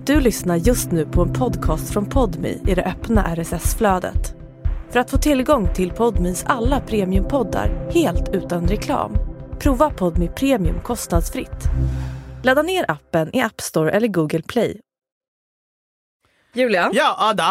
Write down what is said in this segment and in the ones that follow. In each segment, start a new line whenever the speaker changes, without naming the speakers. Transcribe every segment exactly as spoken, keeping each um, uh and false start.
Du lyssnar just nu på en podcast från Podmi i det öppna R S S-flödet. För att få tillgång till Podmis alla premiumpoddar helt utan reklam, prova Podmi Premium kostnadsfritt. Ladda ner appen i App Store eller Google Play. Julia?
Ja, Ada.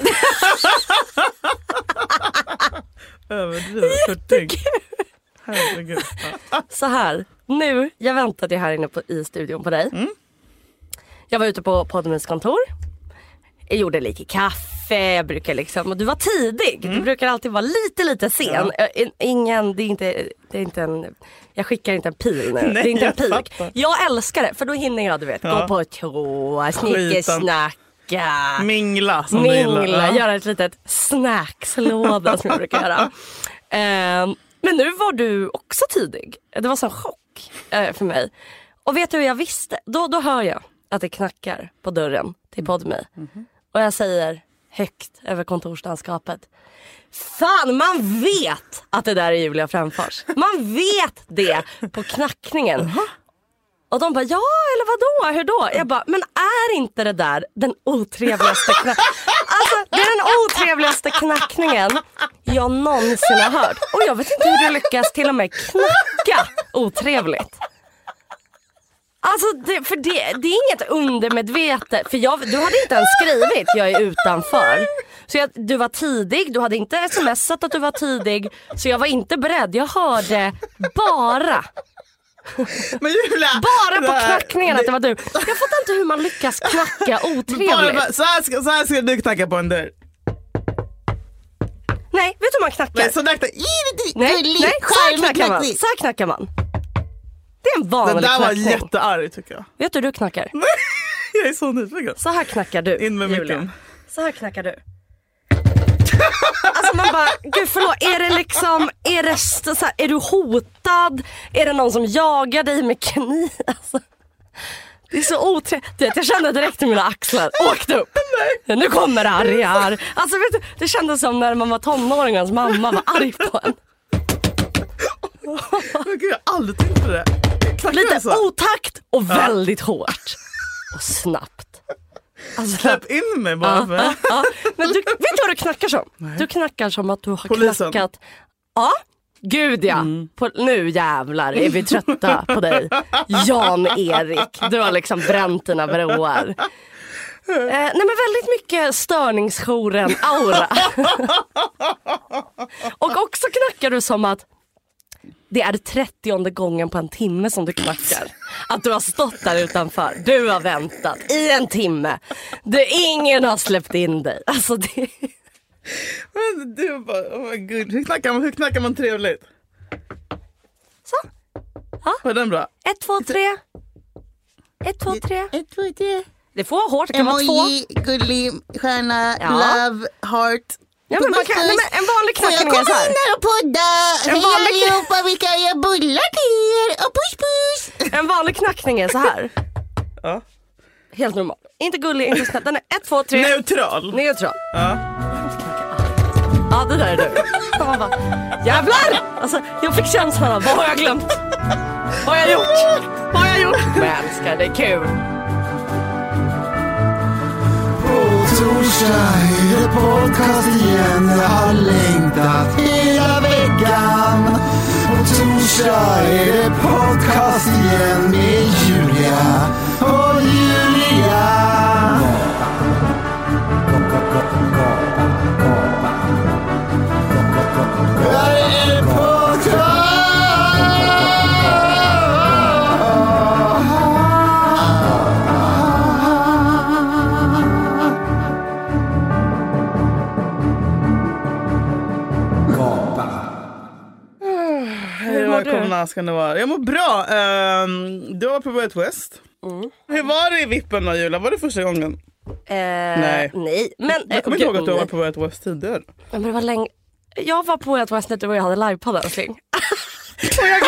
Överdrivet kurting. Herregud.
Så här, nu, jag väntade här inne på, i studion på dig. Mm. Jag var ute på Podmis kontor. Jag gjorde lite kaffe, jag brukar liksom, och du var tidig. Mm. Du brukar alltid vara lite, lite sen. Ja. Ingen, det är inte, det är inte en, jag skickar inte en pil nu. Nej, det är inte en pil. Jag, jag älskar det, för då hinner jag, du vet, ja. gå på toa, snickesnacka.
Mingla, som
Mingla,
ja.
göra ett litet snackslåda som jag brukar göra. Um, men nu var du också tidig. Det var sån chock uh, för mig. Och vet du hur jag visste? Då, då hör jag att det knackar på dörren till Podmi. Mm-hmm. Och jag säger högt över kontorslandskapet: fan, man vet att det där är Julia Fränfors. Man vet det på knackningen. Uh-huh. Och de bara, ja, eller vadå? Hur då? Jag bara, men är inte det där den otrevligaste knackningen? Alltså, det är den otrevligaste knackningen jag någonsin har hört. Och jag vet inte hur du lyckas till och med knacka otrevligt. Alltså, det, för det, det är inget undermedvetet. För jag, du hade inte ens skrivit jag är utanför. Så jag, du var tidig, du hade inte smsat att du var tidig. Så jag var inte beredd, jag hörde bara
Men Julia,
bara på knackningen att det var du. Jag fattar inte hur man lyckas knacka otrevligt.
Bara, så, här ska, så här ska du knacka på en dörr.
Nej, vet du hur man knackar?
Nej, så där,
nej, nej, så här knackar man. Så här knackar man. Det är en vanlig
knackning. Det där
knackning.
var jättearg, tycker jag.
Vet du hur du knackar?
Jag är så nyfiken.
Så här knackar du,
in med
Julia.
micken.
Så här knackar du. Alltså man bara, gud förlåt, är det liksom, är det så här, är du hotad? Är det någon som jagar dig med kniv? Alltså, det är så otrevligt. Jag kände direkt i mina axlar, åkte upp. Nej. Nu kommer det argar. Alltså vet du, det kändes som när man var tonåring och ens mamma var arg på en.
Men gud, jag har aldrig tänkt på det.
Lite så. Otakt och ja. väldigt hårt. Och snabbt.
Alltså, släpp in mig bara
ja,
för.
Ja, ja. Men du, vet du vad du knackar som? Nej. Du knackar som att du har Polisen. knackat. Ja, gud ja. Mm. På, nu jävlar är vi trötta på dig. Jan-Erik, du har liksom bränt dina broar. Eh, nej men väldigt mycket störningsjouren-aura. Och också knackar du som att det är trettionde gången på en timme som du knackar. Att du har stått där utanför. Du har väntat i en timme. Du, ingen har släppt in dig. Alltså det...
Men du bara, oh my God. Hur knackar man, hur knackar man trevligt?
Så. Ja.
Var den bra?
Ett, två, tre. Ett, två, tre.
Ett, två, tre.
Det får vara hårt, det kan vara två.
Emoji, gullig, stjärna, ja. love, heart.
Ja, men man kan, nej, men en vanlig knackning är så här.
Får jag komma in här och podda? Hej vanlig... allihopa, vi kan göra bullar till er. Och push push.
En vanlig knackning är så här.
Ja.
Helt normal. Inte gullig, inte snäll. Den är ett, två, tre.
Neutral.
Neutral.
Ja.
Ja, det där är du. Man bara, jävlar! Alltså, jag fick känslan av, vad har jag glömt? Vad har jag gjort? Vad har jag gjort? Men jag älskar, det är kul.
Torsdag är det podcast igen. Jag har längtat hela veckan. På torsdag är det podcast igen med Julia och Julia. Där är det podcast.
Välkomna ska ni vara. Jag mår bra. Um, du var på Way Out West. Mm. Hur var det i Vippen då, Julia? Var det första gången?
Eh, nej. nej. Men,
jag kommer inte ihåg att du var på Way Out West tidigare.
Men det var länge... Jag var på Way Out West när du och jag hade livepodd älskling. Och jag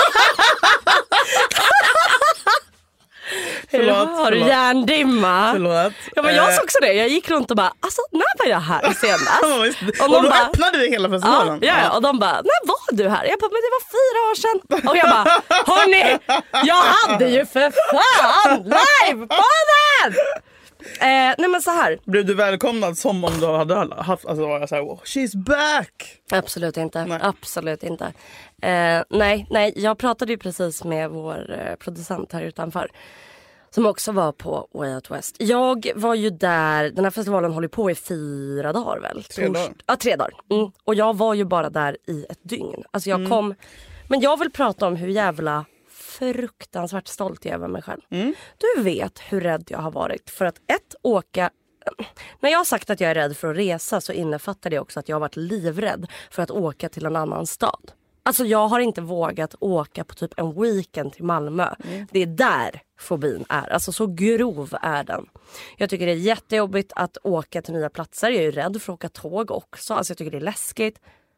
Förlåt, har du hjärndimma?
Förlåt.
Ja, men jag sa också det. Jag gick runt och bara, alltså när var jag här senast?
och, och då bara, öppnade vi hela festivalen.
Ja, ja, och de bara, när var du här? Jag bara, men det var fyra år sedan. Och jag bara, hörni, jag hade ju för fan livepodden! nej men så här.
Blev du välkomnad som om du hade haft, alltså var jag så här, oh, she's back?
Absolut inte,
nej.
absolut inte. Eh, nej, nej, jag pratade ju precis med vår eh, producent här utanför. Som också var på Way Out West. Jag var ju där, den här festivalen håller på i fyra dagar väl?
Tre dagar.
Tors- ja, tre dagar. Mm. Och jag var ju bara där i ett dygn. Alltså jag mm. kom, men jag vill prata om hur jävla fruktansvärt stolt jag är över mig själv. Mm. Du vet hur rädd jag har varit för att ett, åka. När jag har sagt att jag är rädd för att resa så innefattar det också att jag har varit livrädd för att åka till en annan stad. Alltså jag har inte vågat åka på typ en weekend till Malmö. Mm. Det är där fobin är. Alltså så grov är den. Jag tycker det är jättejobbigt att åka till nya platser. Jag är ju rädd för att åka tåg också. Alltså jag tycker det är läskigt.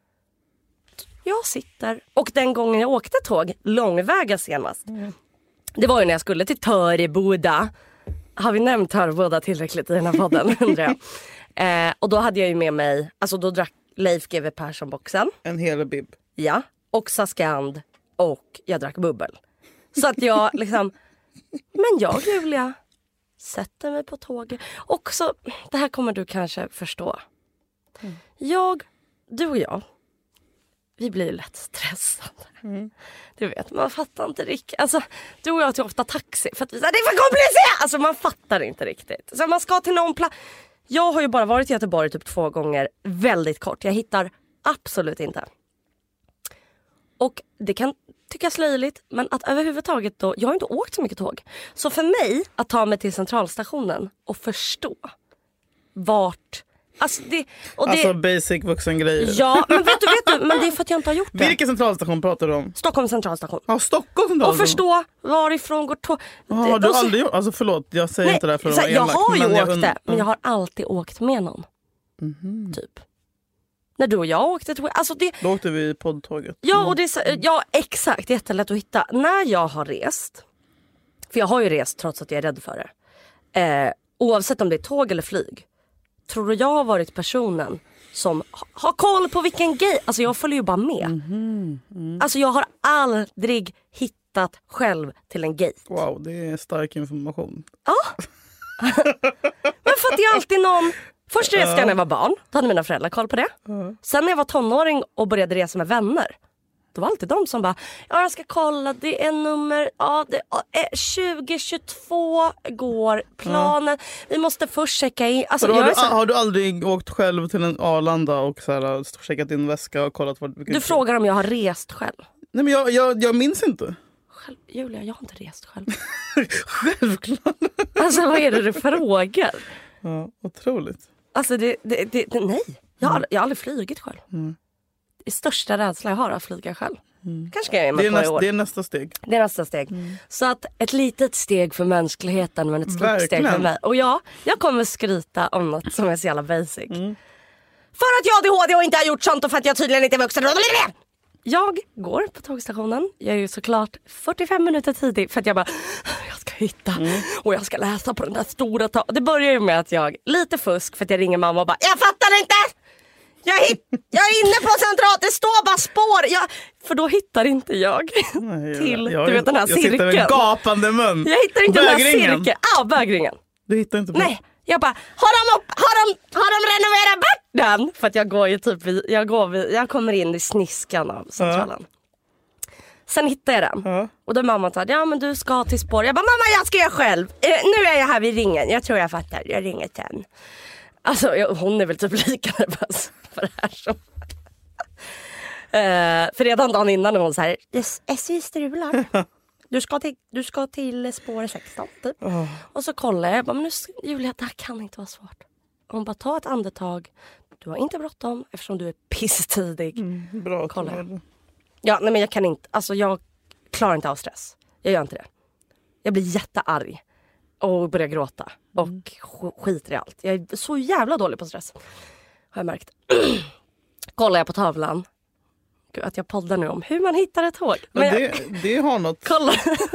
Jag sitter. Och den gången jag åkte tåg, långväga senast. Mm. Det var ju när jag skulle till Töreboda. Har vi nämnt Töreboda tillräckligt i den här podden, undrar jag. Eh, och då hade jag ju med mig, alltså då drack Leif G W Persson-boxen.
En hel bib.
Ja, och Saskand och jag drack bubbel. Så att jag liksom, men jag Julia sätter mig på tåget. Och så, det här kommer du kanske förstå. Mm. Jag, du och jag, vi blir lätt stressade. Mm. Du vet, man fattar inte riktigt. Alltså, du och jag tar ofta taxi för att vi säger det är för komplicerat. Alltså man fattar inte riktigt. Så man ska till någon plats. Jag har ju bara varit i Göteborg typ två gånger, väldigt kort. Jag hittar absolut inte. Och det kan tyckas löjligt, men att överhuvudtaget då, jag har inte åkt så mycket tåg. Så för mig att ta mig till centralstationen och förstå vart, alltså det, och det
alltså basic vuxengrejer.
Ja, men vet du, vet du, men det är för att jag inte har gjort det.
Vilken centralstation pratar du om?
Stockholms centralstation.
Ja, Stockholms centralstation.
Och förstå varifrån går tåg.
Har du aldrig gjort, alltså förlåt, jag säger
nej,
inte det här för att
så,
vara
jag
elak,
har ju
men
åkt
jag,
det, men jag har alltid åkt med någon. Mm-hmm. Typ. När du och jag åkte tåg, alltså det...
Då åkte vi poddtåget.
Ja, och det är så, ja, exakt, jättelätt att hitta. När jag har rest, för jag har ju rest trots att jag är rädd för det. Eh, oavsett om det är tåg eller flyg. Tror du jag har varit personen som har koll på vilken grej? Alltså jag följer ju bara med. Mm-hmm. Mm. Alltså jag har aldrig hittat själv till en gate.
Wow, det är stark information.
Ja. Men för att det är alltid någon... Först reste jag när jag var barn. Då hade mina föräldrar koll på det. Mm. Sen när jag var tonåring och började resa med vänner. Då var alltid de som bara, ja jag ska kolla, det är nummer ja, det är tjugo tjugotvå går planen. Mm. Vi måste först checka in. Alltså,
har, du,
så...
har du aldrig åkt själv till en Arlanda och så här, checkat din väska och kollat vad
du frågar om jag har rest själv.
Nej men jag, jag, jag minns inte.
Själv, Julia, jag har inte rest själv.
Självklart.
Alltså vad är det du frågar?
Ja, otroligt.
Alltså det, det, det, det nej. Jag har, mm. jag har aldrig flygit själv. Mm. Det är största rädsla jag har att flyga själv. Mm. Kanske ska jag göra
det, är
nästa,
år. det är nästa steg.
Det är nästa steg. Mm. Så att ett litet steg för mänskligheten men ett stort
Verkligen.
steg för mig. Och ja, jag kommer skryta om något som är så jävla basic. Mm. För att jag har A D H D och inte har gjort sånt och för att jag tydligen inte är vuxen. Jag går på tågstationen. Jag är ju såklart fyrtiofem minuter tidig för att jag bara, jag ska hitta mm. och jag ska läsa på den där stora ta- Det börjar ju med att jag, lite fusk för att jag ringer mamma och bara, jag fattar inte! Jag, hit- jag är inne på central, det står bara spår! Jag, för då hittar inte jag
Nej,
till,
jag,
du vet den här
jag
cirkeln.
Jag sitter med gapande mun.
Jag hittar inte bögringen. Den här cirkeln. Ja, bögringen.
Du hittar inte på.
Nej, jag bara, har de, upp, har de, har de renoverat bort den? För att jag går ju typ, vid, jag, går vid, jag kommer in i sniskan av centralen. Ja. Sen hittar jag den. Ja. Och då mamma sa, ja men du ska till spår. Jag bara, mamma jag ska göra själv. Eh, nu är jag här vid ringen. Jag tror jag fattar, jag ringer sen. Alltså jag, hon är väl typ lika nervös för det här som... eh, för redan dagen innan var hon så här, S J strular. Du ska till, du ska till spår sexton typ. Oh. Och så kollar jag, jag bara, men nu, Julia, det här kan inte vara svårt. Hon bara, ta ett andetag. Du har inte bråttom eftersom du är pisstidig.
Mm, bra.
Kolla. Ja, nej men jag kan inte, alltså jag klarar inte av stress. Jag gör inte det. Jag blir jättearg. Och börjar gråta. Och mm. skiter i allt. Jag är så jävla dålig på stress. Har jag märkt. Kollar jag på tavlan. Gud, att jag poddar nu om hur man hittar ett tåg.
Men det, jag... det har något.
Kolla.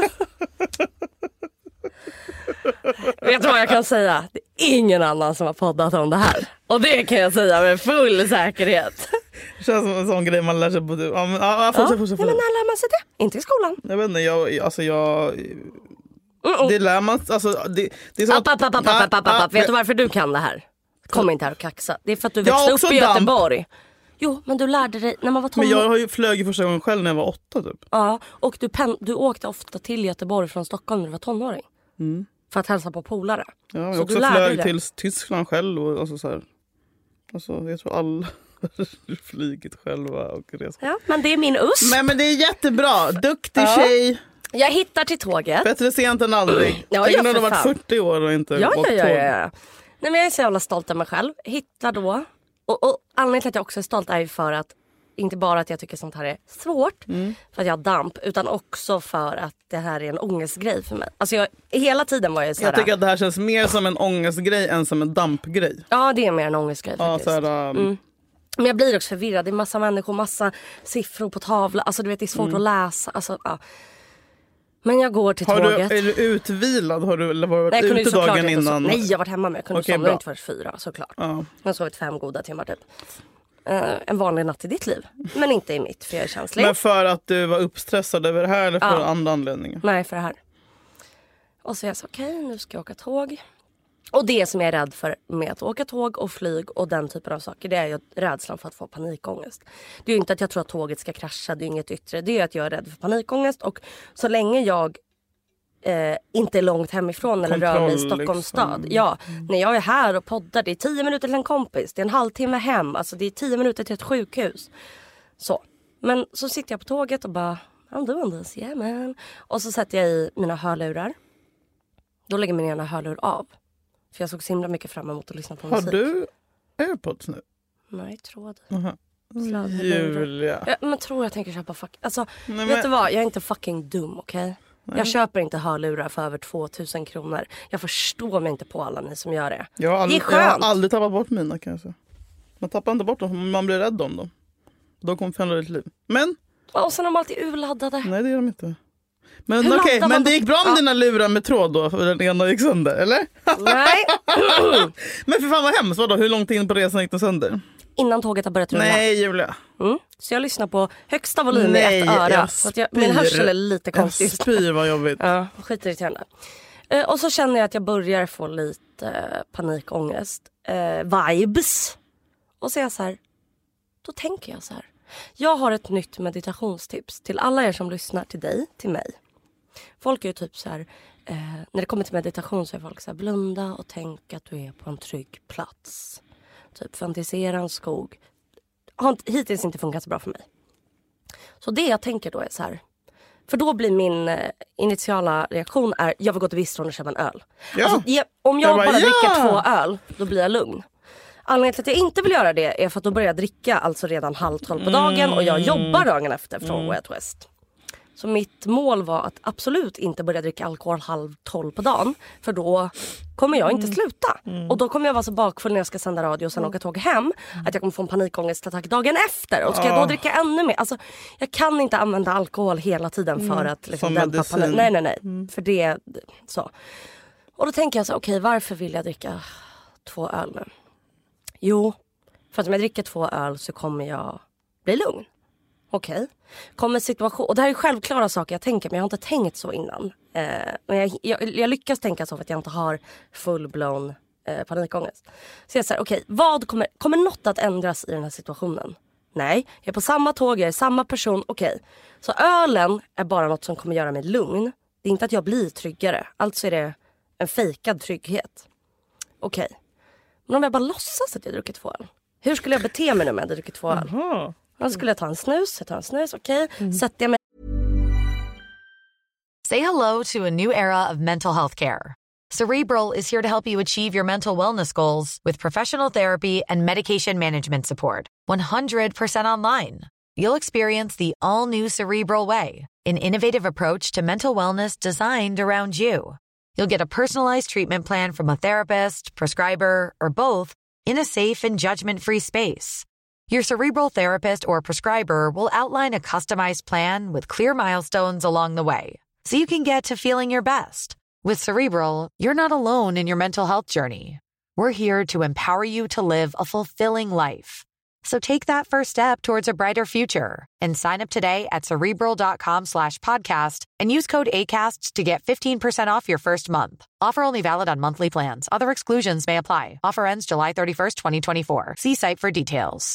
Vet du vad jag kan säga? Det är ingen annan som har poddat om det här. Och det kan jag säga med full säkerhet.
Det känns som en sån grej man lär sig på... Ja, men, ja, fortsätt, fortsätt, fortsätt.
Ja, men när lär man sig det? Inte i skolan.
Jag vet inte, jag, alltså jag...
Mm-mm.
Det lär man... Alltså, det, det är så
app, app, app, app, app, app, app. Vet du varför du kan det här? Kom inte här och kaxa. Det är för att du växte upp i damp. Göteborg. Jo, men du lärde dig när man var tonåring.
Men jag har ju flög första gången själv när jag var åtta typ.
Ja, och du, pen- du åkte ofta till Göteborg från Stockholm när du var tonåring.
Mm.
För att hälsa på polare.
Ja, jag
så
också flög det. till Tyskland själv. Och, alltså, så här. Alltså, jag tror alla flygit själva och rest.
Ja, men det är min us.
Men, men det är jättebra. Duktig ja. tjej.
Jag hittar till tåget.
Bättre sent än aldrig.
Ja,
Tänk om du har varit fyrtio år och inte
ja,
åkt
ja, ja,
tåg.
Ja, ja. Nej, men jag är så jävla stolt av mig själv. Hittar då. Och, och anledningen till att jag också är stolt är ju för att inte bara att jag tycker sånt här är svårt mm. för att jag har damp, utan också för att det här är en ångestgrej för mig. Alltså jag, hela tiden var jag så här.
Jag tycker att det här känns mer som en ångestgrej än som en dampgrej.
Ja, det är mer en ångestgrej faktiskt.
Ja, så här, um...
mm. Men jag blir också förvirrad. Det är massa människor, massa siffror på tavla. Alltså du vet, det är svårt mm. att läsa. Alltså, ja. Men jag går till
har
tåget.
Du, är du utvilad? Har du eller varit
Nej,
ute dagen innan?
Nej, jag har varit hemma med. Jag kunde
okay,
somna inte för fyra, såklart.
Ja.
Jag har sovit fem goda timmar typ. Uh, en vanlig natt i ditt liv. Men inte i mitt, för jag är känslig.
Men för att du var uppstressad över det här eller för ja. andra anledningar?
Nej, för det här. Och så är jag så, okej, okay, nu ska jag åka tåg. Och det som jag är rädd för med att åka tåg och flyg och den typen av saker, det är ju rädslan för att få panikångest. Det är ju inte att jag tror att tåget ska krascha, det är inget yttre. Det är att jag är rädd för panikångest, och så länge jag eh, inte är långt hemifrån eller Kontroll, rör mig i Stockholms liksom. stad. Ja, mm. när jag är här och poddar, det är tio minuter till en kompis, det är en halvtimme hem, alltså det är tio minuter till ett sjukhus. Så. Men så sitter jag på tåget och bara, I'm doing this, yeah man. Och så sätter jag i mina hörlurar. Då lägger min ena hörlur av. För jag såg så himla mycket fram emot att lyssna på musik.
Har du AirPods nu?
Nej, tråd.
Uh-huh. Julia.
Jag, men tror jag tänker köpa fuck. Alltså, Nej, vet men... du vad? Jag är inte fucking dum, okej? Okay? Jag köper inte hörlurar för över tvåtusen kronor. Jag förstår mig inte på alla ni som gör det.
Jag har aldrig,
det är skönt.
Jag har aldrig tappat bort mina, kanske. Man tappar inte bort dem, man blir rädd om dem. De kommer förändra ditt liv. Men...
Och sen är de alltid urladdade.
Nej, det är de inte. Men okej, okay, men det gick bra med ja. dina lurar med tråd då, för den ena gick sönder, eller?
Nej.
Men för fan vad hemskt, vadå? Hur långt in på resan gick den sönder?
Innan tåget har börjat rulla.
Nej, Julia.
Mm. Så jag lyssnar på högsta volym i ett öra.
Jag
så att jag, min hörsel är lite konstig.
Jag spyr, vad jobbigt.
Ja, skitirriterande. Uh, och så känner jag att jag börjar få lite uh, panikångest. Uh, vibes. Och så är jag så här, då tänker jag så här. Jag har ett nytt meditationstips till alla er som lyssnar, till dig, till mig. Folk är ju typ så här, eh, när det kommer till meditation så är folk så här, blunda och tänk att du är på en trygg plats. Typ fantisera en skog. Har hittills inte funkat så bra för mig. Så det jag tänker då är så här, för då blir min eh, initiala reaktion är, jag vill gå till Bistron och köpa en öl.
Ja.
Alltså, jag, om jag, jag bara, bara
ja.
dricker två öl, då blir jag lugn. Anledningen till att jag inte vill göra det är för att då börjar jag dricka alltså redan halv tolv på dagen mm. och jag jobbar dagen efter från mm. Way Out West. Så mitt mål var att absolut inte börja dricka alkohol halv tolv på dagen. För då kommer jag inte sluta. Mm. Och då kommer jag vara så bakfull när jag ska sända radio och sen mm. åka tåg hem. Att jag kommer få en panikångestattack dagen efter. Och ska jag då dricka ännu mer? Alltså, jag kan inte använda alkohol hela tiden för att liksom, dämpa panik. Nej, nej, nej. Mm. För det, så. Och då tänker jag så, okej, okay, varför vill jag dricka två öl nu? Jo, för att om jag dricker två öl så kommer jag bli lugn. Okej. Okay. Kommer situation, och det här är självklara saker jag tänker, men jag har inte tänkt så innan. Eh, men jag, jag, jag lyckas tänka så för att jag inte har full-blown eh, panikångest. Så jag säger, okej, okay, vad kommer, kommer något att ändras i den här situationen? Nej, jag är på samma tåg, jag är samma person, okej. Okay. Så ölen är bara något som kommer göra mig lugn. Det är inte att jag blir tryggare, alltså är det en fejkad trygghet. Okej. Okay. Men om jag bara låtsas att jag druckit två öl. Hur skulle jag bete mig nu om jag hade druckit två öl?
Aha.
Då skulle jag ta en snus, jag tar en snus, okej. Okay. Mm. Sätter jag mig.
Say hello to a new era of mental health care. Cerebral is here to help you achieve your mental wellness goals with professional therapy and medication management support. one hundred percent online. You'll experience the all-new Cerebral way, an innovative approach to mental wellness designed around you. You'll get a personalized treatment plan from a therapist, prescriber, or both in a safe and judgment-free space. Your Cerebral therapist or prescriber will outline a customized plan with clear milestones along the way, so you can get to feeling your best. With Cerebral, you're not alone in your mental health journey. We're here to empower you to live a fulfilling life. So take that first step towards a brighter future and sign up today at Cerebral.com slash podcast and use code ACAST to get fifteen percent off your first month. Offer only valid on monthly plans. Other exclusions may apply. Offer ends July thirty-first, twenty twenty-four. See site for details.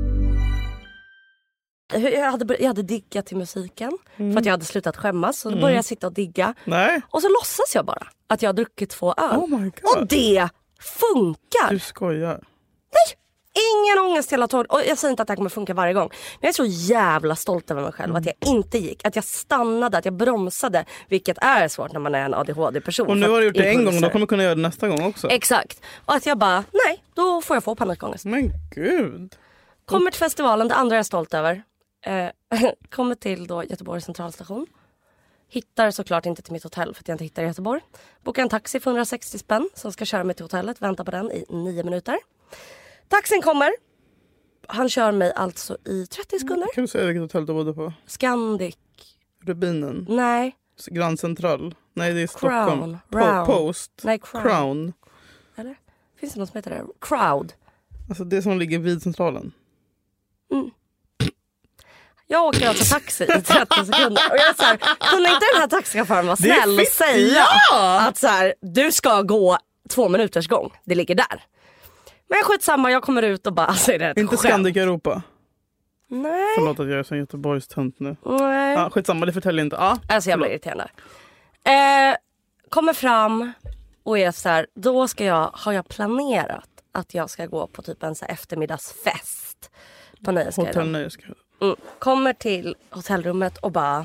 Jag hade, jag hade diggat till musiken mm. för att jag hade slutat skämmas. Så då
mm.
började jag sitta och digga.
Nej.
Och så låtsas jag bara att jag har druckit två öl.
Oh my God.
Och det funkar.
Du skojar.
Nej, ingen ångest hela tåget. Och jag säger inte att det här kommer funka varje gång. Men jag är så jävla stolt över mig själv. Mm. Att jag inte gick. Att jag stannade. Att jag bromsade. Vilket är svårt när man är en A D H D-person.
Och nu har du gjort det en gång. Och då kommer du kunna göra det nästa gång också.
Exakt. Och att jag bara, nej, då får jag få panikångest.
Men gud.
Kommer till festivalen. Det andra är jag stolt över. Eh, kommer till då Göteborgs centralstation. Hittar såklart inte till mitt hotell för att jag inte hittar i Göteborg. Bokar en taxi för hundrasextio spänn som ska köra mig till hotellet. Väntar på den i nio minuter. Taxin kommer. Han kör mig alltså i trettio sekunder.
Kan du säga vilket hotell du bodde på?
Scandic.
Rubinen?
Nej.
Grand Central? Nej, det är
Crown.
Stockholm. Po- Post?
Nej, Crown.
Crown.
Eller? Finns det något som heter det? Crowd.
Alltså det som ligger vid centralen.
Mm. Jag åker alltså taxi i trettio sekunder. Och jag är så här, kunde inte den här taxichauffören vara snäll och säga
ja!
att så här, du ska gå två minuters gång. Det ligger där. Men skitsamma, jag kommer ut och bara, alltså är det ett
inte
skämt?
Scandic Europa?
Nej.
Förlåt att jag är som Göteborgs tönt nu.
Nej.
Ah, skitsamma, det förtäljer inte. Ah,
alltså jag blir irriterande. Eh, kommer fram och är så här, då ska jag, har jag planerat att jag ska gå på typ en så här eftermiddagsfest på Nöjesguiden.
Hotell Nöjesguiden.
Mm. Kommer till hotellrummet och bara,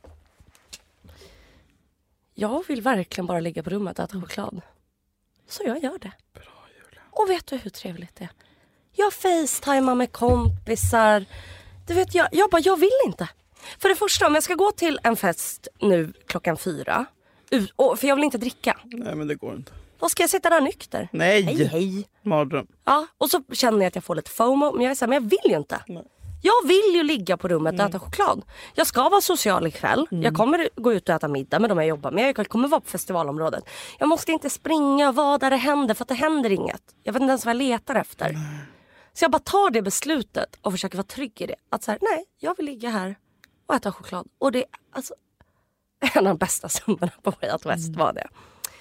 jag vill verkligen bara ligga på rummet och äta choklad. Så jag gör det.
Bra, Julia.
Och vet du hur trevligt det är? Jag facetimar med kompisar. Du vet, jag, jag bara, jag vill inte. För det första, om jag ska gå till en fest nu klockan fyra, och, för jag vill inte dricka.
Nej, men det går inte.
Då ska jag sitta där nykter.
Nej.
Hej, hej.
Mardröm.
Ja, och så känner jag att jag får lite FOMO. Men jag är så här, men jag vill ju inte.
Nej.
Jag vill ju ligga på rummet och
mm.
äta choklad. Jag ska vara social ikväll. Mm. Jag kommer gå ut och äta middag med de jag jobbar med. Jag kommer vara på festivalområdet. Jag måste inte springa och vara där det händer. För att det händer inget. Jag vet inte ens vad jag letar efter. Nej. Så jag bara tar det beslutet och försöker vara trygg i det. Att så här, nej, jag vill ligga här och äta choklad. Och det är alltså en av de bästa stunderna på Way Out West var det.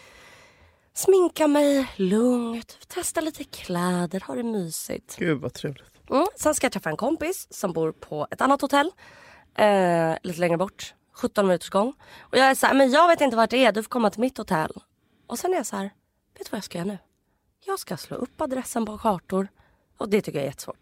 Sminka mig lugnt. Testa lite kläder. Ha det mysigt.
Gud vad trevligt.
Mm. Sen ska jag träffa en kompis som bor på ett annat hotell. Eh, lite längre bort. sjutton minuters gång. Och jag är så här, men jag vet inte vart det är. Du får komma till mitt hotell. Och sen är jag så här, vet du vad jag ska göra nu? Jag ska slå upp adressen på kartor. Och det tycker jag är jättesvårt.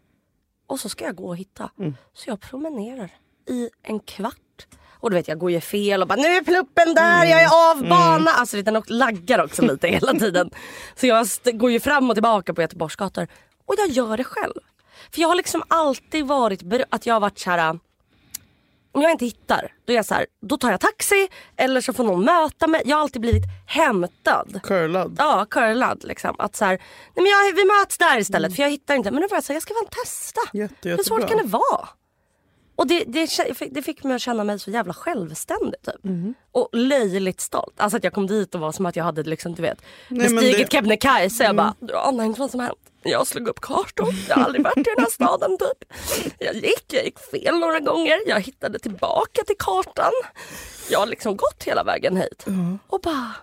Och så ska jag gå och hitta. Mm. Så jag promenerar i en kvart. Och du vet, jag går ju fel och bara, nu är pluppen där, mm. jag är av bana. Mm. Alltså den laggar också lite hela tiden. Så jag st- går ju fram och tillbaka på Göteborgsgator. Och jag gör det själv. För jag har liksom alltid varit ber- att jag har varit så här. Om jag inte hittar, då är jag så här, då tar jag taxi. Eller så får någon möta mig. Jag har alltid blivit hämtad.
Curlad.
Ja, curlad liksom. Att så här, nej men jag, vi möts där istället. Mm. För jag hittar inte. Men nu var jag så här, jag ska väl testa.
Jätte,
Hur svårt kan det vara? Och det, det, det fick mig att känna mig så jävla självständig typ. Mm. Och löjligt stolt. Alltså att jag kom dit och var som att jag hade liksom, du vet, bestigit det... Kebnekaise. Jag mm. bara, du anar inte vad som hänt. Jag slog upp kartor. Jag har aldrig varit i den här staden typ. Jag gick, jag gick fel några gånger. Jag hittade tillbaka till kartan. Jag har liksom gått hela vägen hit. Mm. Och bara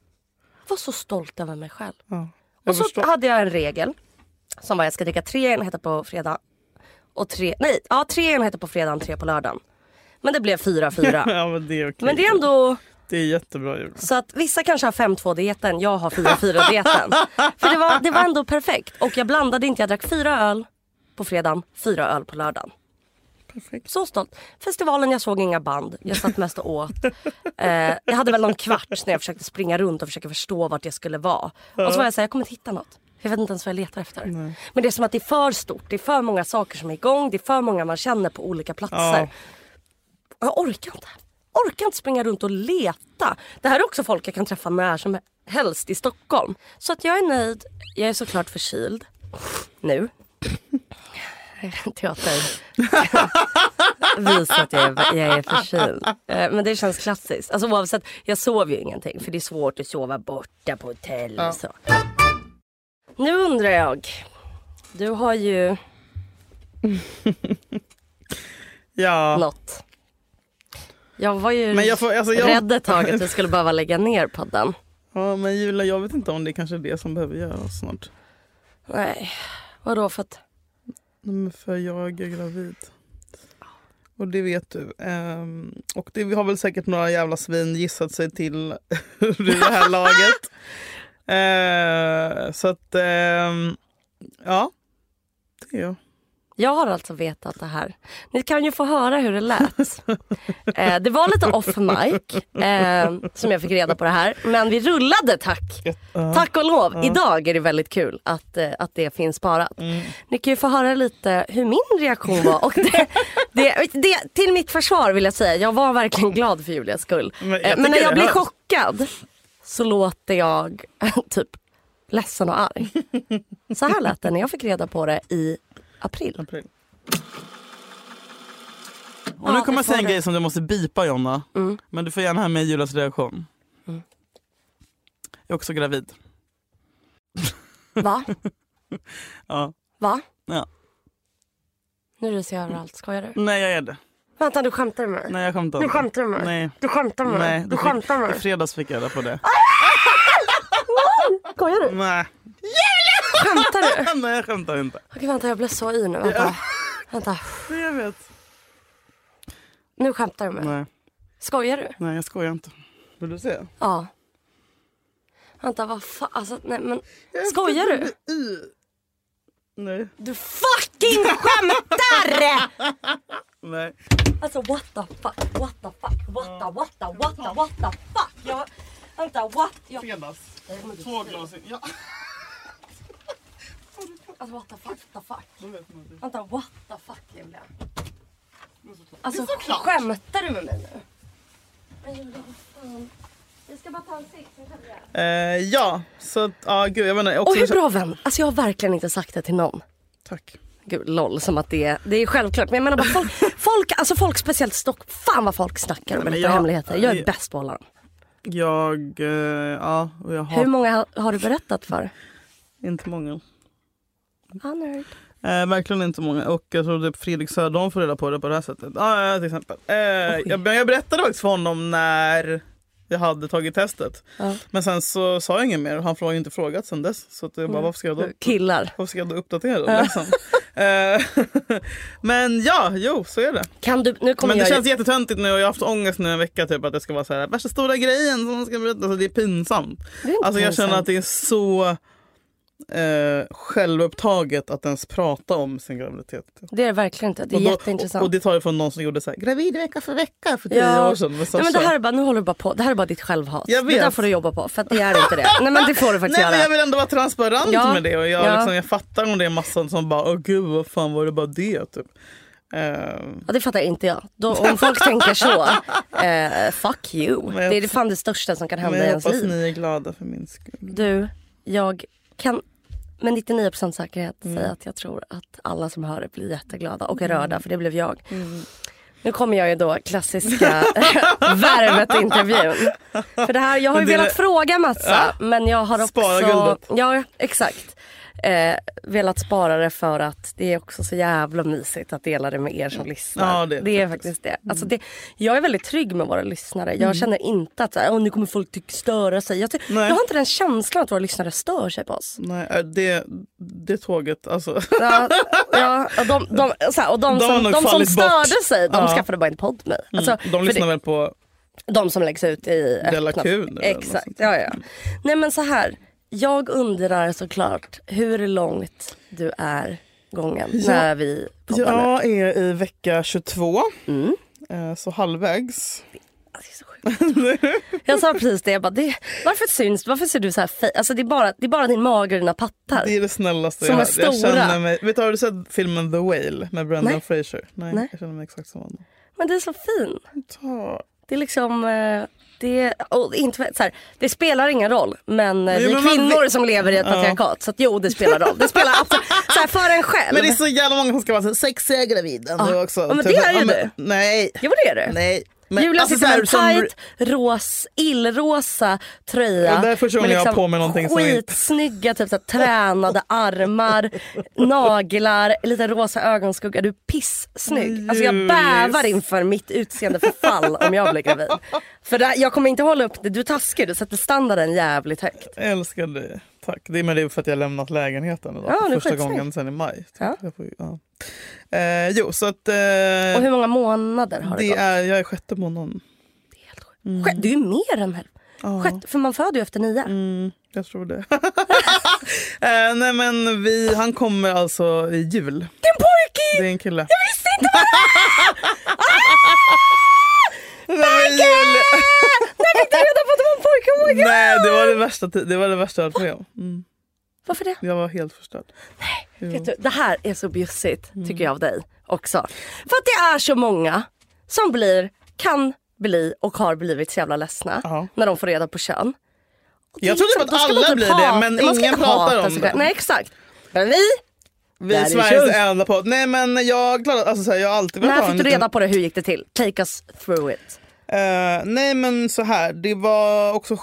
var så stolt över mig själv. Mm. Och så förstår. Hade jag en regel. Som var, jag ska dricka tre enheter på fredag. Och tre, nej, ja, tre enheter på fredagen, tre på lördagen. Men det blev fyra, fyra.
Ja, men det är okej.
Men det är ändå...
Det är jättebra, Julia.
Så att vissa kanske har fem två dieten, jag har fyra fyra dieten. För det var, det var ändå perfekt. Och jag blandade inte, jag drack fyra öl på fredagen, fyra öl på lördagen.
Perfekt.
Så stolt. Festivalen, jag såg inga band. Jag satt mest och åt. Eh, jag hade väl någon kvart när jag försökte springa runt och försöka förstå vart jag skulle vara. Och så var jag så här, jag kommer inte hitta något. Jag vet inte ens vad jag letar efter. Nej. Men det är som att det är för stort. Det är för många saker som är igång. Det är för många man känner på olika platser. Ja. Jag orkar inte. Orkar inte springa runt och leta. Det här är också folk jag kan träffa när som helst i Stockholm. Så att jag är nöjd. Jag är såklart förkyld. Nu. Teater. Visa att jag är, jag är förkyld. Men det känns klassiskt. Alltså oavsett, jag sover ju ingenting. För det är svårt att sova borta på hotell. Ja. Så. Nu undrar jag. Du har ju
Ja.
Något. Jag var ju
Men jag får, alltså, jag...
rädd ett tag att vi skulle behöva lägga ner podden.
Ja, men Julia, jag vet inte om det är kanske det som behöver göras snart.
Nej, vadå för att...
Men för jag är gravid. Och det vet du. Um, och det har väl säkert några jävla svin gissat sig till det här laget. Uh, så att, um, ja, det är jag.
Jag har alltså vetat det här. Ni kan ju få höra hur det lät. eh, det var lite off mic eh, som jag fick reda på det här. Men vi rullade, tack. Uh, tack och lov. Uh. Idag är det väldigt kul att, eh, att det finns sparat. Mm. Ni kan ju få höra lite hur min reaktion var. Och det, det, det, till mitt försvar vill jag säga, jag var verkligen glad för Julias skull. Men, eh, men när jag blir chockad så låter jag typ ledsen och arg. Så här lät det när jag fick reda på det i April. April.
Och nu kommer jag säga en grej som du måste bipa, Jonna. Mm. Men du får gärna ha med Julas reaktion. Mm. Jag är också gravid.
Va?
Ja.
Va?
Ja.
Nu ryser jag överallt. Skojar du?
Nej, jag är det.
Vänta, du skämtar med mig.
Nej, jag skämtar
Du skämtar med mig.
Nej.
Du skämtar med mig.
Nej,
du skämtar med mig.
I fredags fick jag reda på det.
Skojar du?
Nej.
Skämtar du?
Nej, jag skämtar inte.
Okej, vänta, jag blev så i nu. Vänta.
Ja.
Vänta.
Nej, jag vet.
Nu skämtar du med.
Nej.
Skojar du?
Nej, jag skojar inte. Vill du se?
Ja. Vänta, vad fan? Alltså, nej, men... Skojar du?
Nej.
Du fucking skämtar!
Nej.
Alltså, what the fuck? What the fuck? What the, what the, what the, what the fuck? Jag... Vänta, what? Jag...
Fredags. Två glas in. Ja.
Alltså, what the fuck? What the fuck? Vänta, what the fuck, Julia? Alltså, skämtar du med mig nu? Jag ska bara ta en six.
Eh, ja, så att, ja, gud, jag menar också.
Och hur bra vän? Alltså, jag har verkligen inte sagt det till någon.
Tack.
Gud, lol, som att det är, det är självklart. Men jag menar bara, folk, folk alltså folk speciellt stock. Fan vad folk snackar om lite
jag,
hemligheter. Jag är jag, bäst på alla dem.
Jag, eh, ja. Och jag har...
Hur många har, har du berättat för?
Inte många.
Honored.
Eh, verkligen inte många. Och jag tror att Fredrik Söderholm får reda på det på det här sättet. Ah, ja, till exempel. Eh, jag, jag berättade faktiskt för honom när jag hade tagit testet. Ja. Men sen så sa jag inget mer. Han har inte frågat sen dess. Så att jag bara, varför ska jag då,
Killar.
Varför ska jag då uppdatera? Ja. Liksom? eh, men ja, jo, så är det.
Kan du, nu kommer
men det
jag...
känns jättetöntigt nu och jag har haft ångest nu en vecka typ att det ska vara så här värsta stora grejen som man ska berätta. Alltså, det är pinsamt. Det är alltså jag pinsamt. Känner att det är så... Eh, självupptaget att ens prata om sin graviditet.
Det är det verkligen inte, det är och då, jätteintressant.
Och, och det tar det från någon som gjorde så här gravid vecka för vecka för tio ja. år sedan.
Nej, men det här är bara, nu håller du bara på. Det här är bara ditt självhat. Det där får du jobba på, för att det är inte det. Nej, men det får du faktiskt
Nej,
göra.
Men jag vill ändå vara transparent ja. med det och jag,
ja.
liksom, jag fattar om det är massan som bara, åh gud vad fan var det bara det typ. Uh...
Ja, det fattar inte jag. Då, om folk tänker så, uh, fuck you. Det är det fan det största som kan hända i ens liv.
Jag hoppas ni är glada för min skull.
Du, jag kan med nittionio procent säkerhet mm. säga att jag tror att alla som hör det blir jätteglada och är mm. rörda, för det blev jag. Mm. Nu kommer jag ju då klassiska värvet-intervjun. För det här, jag har ju det... velat fråga massa, ja. men jag har också...
Spara guldet.
Ja, exakt. Eh, velat spara det för att det är också så jävla mysigt att dela det med er som lyssnar.
Ja, det, är
det är faktiskt det. Alltså det. Jag är väldigt trygg med våra lyssnare. Jag mm. känner inte att så här, nu kommer folk tycka störa sig. Jag, jag har inte den känslan att våra lyssnare stör sig på oss.
Nej, det, det tåget alltså.
Ja, ja och de, de, så här, och de, de som, de som störde bort. sig, de ja. skaffade bara en podd med. Alltså,
mm. De lyssnar det, väl på
de som läggs ut i
Della Q.
Exakt, ja ja. Nej men så här. Jag undrar såklart hur långt du är gången ja, när vi poppar
Jag nu. är i vecka tjugotvå, mm. så halvvägs.
Jag sa precis det, jag bara, det varför syns, varför ser du så här fej? Alltså det är, bara, det är bara din mage och dina pattar.
Det är det snällaste
som
jag
är stora.
Jag känner mig, vet du, har du sett filmen The Whale med Brendan
Nej.
Fraser? Nej,
Nej,
jag känner mig exakt som honom.
Men det är så fin.
Ta.
Det är liksom... Det, och inte, så här, det spelar ingen roll, men jo, vi är kvinnor man, som lever i ett patriarkat, ja. Så att, jo, det spelar roll. Det spelar alltså, så här, för en själv.
Men det är så jävla många som ska vara så sexiga gravida.
Ja.
Också.
Ja, men det är ju
ja,
du.
Nej.
Jo, det är du.
Nej. Men,
Julia
alltså,
sitter med en
så här, som-
tajt, ros, illrosa tröja.
Ja, det är första gången
med
jag har på mig någonting som inte-
skitsnygga typ, så här, tränade armar, naglar, lite rosa ögonskugga. Du är pissnygg. Alltså jag
Julis.
bävar inför mitt utseende förfall om jag blir gravid. För där, jag kommer inte hålla upp det. Du är taskig, du sätter standarden jävligt högt.
Jag älskar det. Tack. Det är med det för att jag lämnat lägenheten idag.
Ja, det är
första
skitsnyggt.
gången sedan i maj.
Ja.
Jag får, ja. eh, jo, så att... Eh,
Och hur många månader har det,
det
gått?
är, jag är sjätte månaden.
Det är helt sjukt. Mm. Du är mer än hälften.
Ja.
Sjätte, för man föder ju efter nio.
Mm, jag tror det. eh, nej men vi, han kommer alltså i jul.
Det är en pojke!
Det är en kille.
Jag visste inte
Det var jul.
När fick du reda på att det var en pojke? Oh my God.
Nej, det var det värsta, det var det värsta jag varit med om. Mm.
Varför det?
Jag var helt förstörd. Jo.
Vet du, det här är så bjussigt tycker jag av dig också. För att det är så många som blir, kan bli och har blivit så jävla ledsna
Ja.
när de får reda på kön.
Jag trodde
Liksom,
att
då ska man
alla
typ
blir det,
hata-
men
man ska
ingen
inte
pratar
hata
om
sig
det.
själv. Nej exakt. Men vi,
Vi
Där
är
är
Sveriges
tjus.
enda podd. Nej men jag klarade, alltså så här, jag har alltid velat
när
ha
fick
en
du
liten-
reda på det? Hur gick det till? Take us through it.
Eh, nej men så här, det var också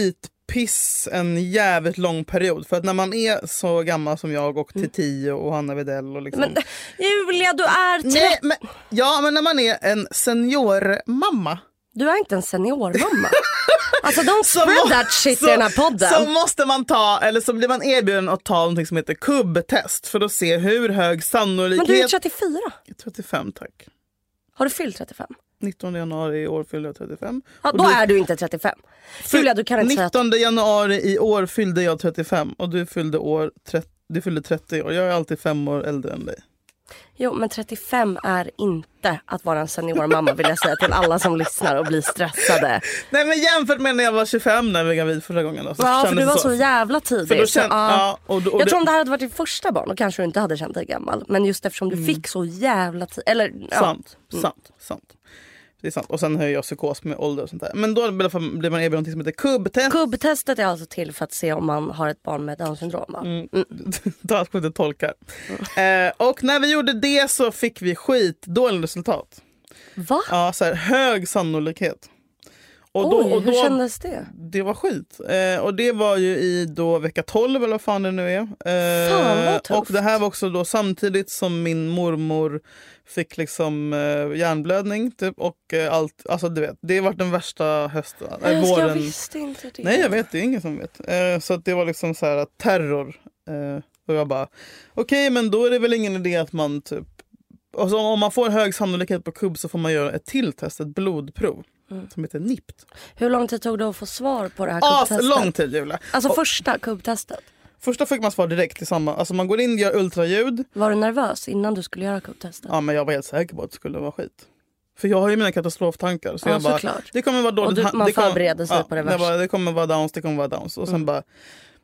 skitpiss en jävligt lång period. För att när man är så gammal som jag och till tio och Hanna Widell och liksom...
Men Julia, du är tre...
nej, men, ja men när man är en seniormamma.
Du är inte en seniormamma. Alltså don't
Så
spread
må-
that shit
så,
i den här podden.
Så måste man ta, eller så blir man erbjuden att ta något som heter kubbtest. För att se hur hög sannolikhet...
Men du är trettiofyra.
trettiofem tack.
Har du fyllt trettiofem?
nittonde januari i år fyllde jag trettiofem.
Ja,
Och
då
du-
är du inte trettiofem. Julia, du kan inte säga att...
nittonde januari i år fyllde jag trettiofem och du fyllde, år trettio, du fyllde trettio år. Jag är alltid fem år äldre än dig.
Jo, men trettiofem är inte att vara en seniormamma vill jag säga till alla som lyssnar och blir stressade.
Nej men jämfört med när jag var tjugofem när vi var gravid förra gången. Då, så
Ja, för
kändes
du var
det
så jävla tidig.
För då
så,
känn-
ja.
ja, och då- och
jag
det-
tror om det här hade varit ditt första barn då kanske du inte hade känt dig gammal. Men just eftersom du fick så jävla tid. Eller, ja.
Sant, sant, sant. Det är sant. Och sen har jag psykos med ålder och sånt där. Men då blir man erbjuden något som heter kubbtest.
Kubbtestet är alltså till för att se om man har ett barn med Downs syndrom. Va?
Mm. Då ska inte tolka. Eh, och när vi gjorde det så fick vi skitdåligt resultat.
Va?
Ja, så här, hög sannolikhet. Och
Oj,
och
hur kändes det?
Det var skit. Eh, och det var ju i då vecka tolv eller vad fan det nu är. Eh,
Fan, vad tufft.
och det här var också då samtidigt som min mormor fick liksom eh, hjärnblödning typ, och eh, allt, alltså du vet, det har varit den värsta hösten, eh,
Älskling, jag
våren.
visste inte det.
Nej jag vet, det är ingen som vet. Eh, så att det var liksom så här terror. Eh, och jag bara, okej okay, men då är det väl ingen idé att man typ, alltså, om man får hög sannolikhet på kubb så får man göra ett till test, ett blodprov. Mm. Som heter N I P T.
Hur lång tid tog det att få svar på det här
As
kubbtestet?
lång tid Julia.
Alltså
och,
första kubbtestet.
Första fick man svar direkt i samma, alltså man går in och gör ultraljud.
Var du nervös innan du skulle göra kubbtestet?
Ja men jag var helt säker på att det skulle vara skit. För jag har ju mina katastroftankar. Så
Ja,
jag bara,
såklart.
det kommer vara dåligt.
Och du- man
det kommer-
förbereder sig på det
jag
värsta.
Bara, det kommer vara downs, det kommer vara downs. Och sen
Mm.
bara,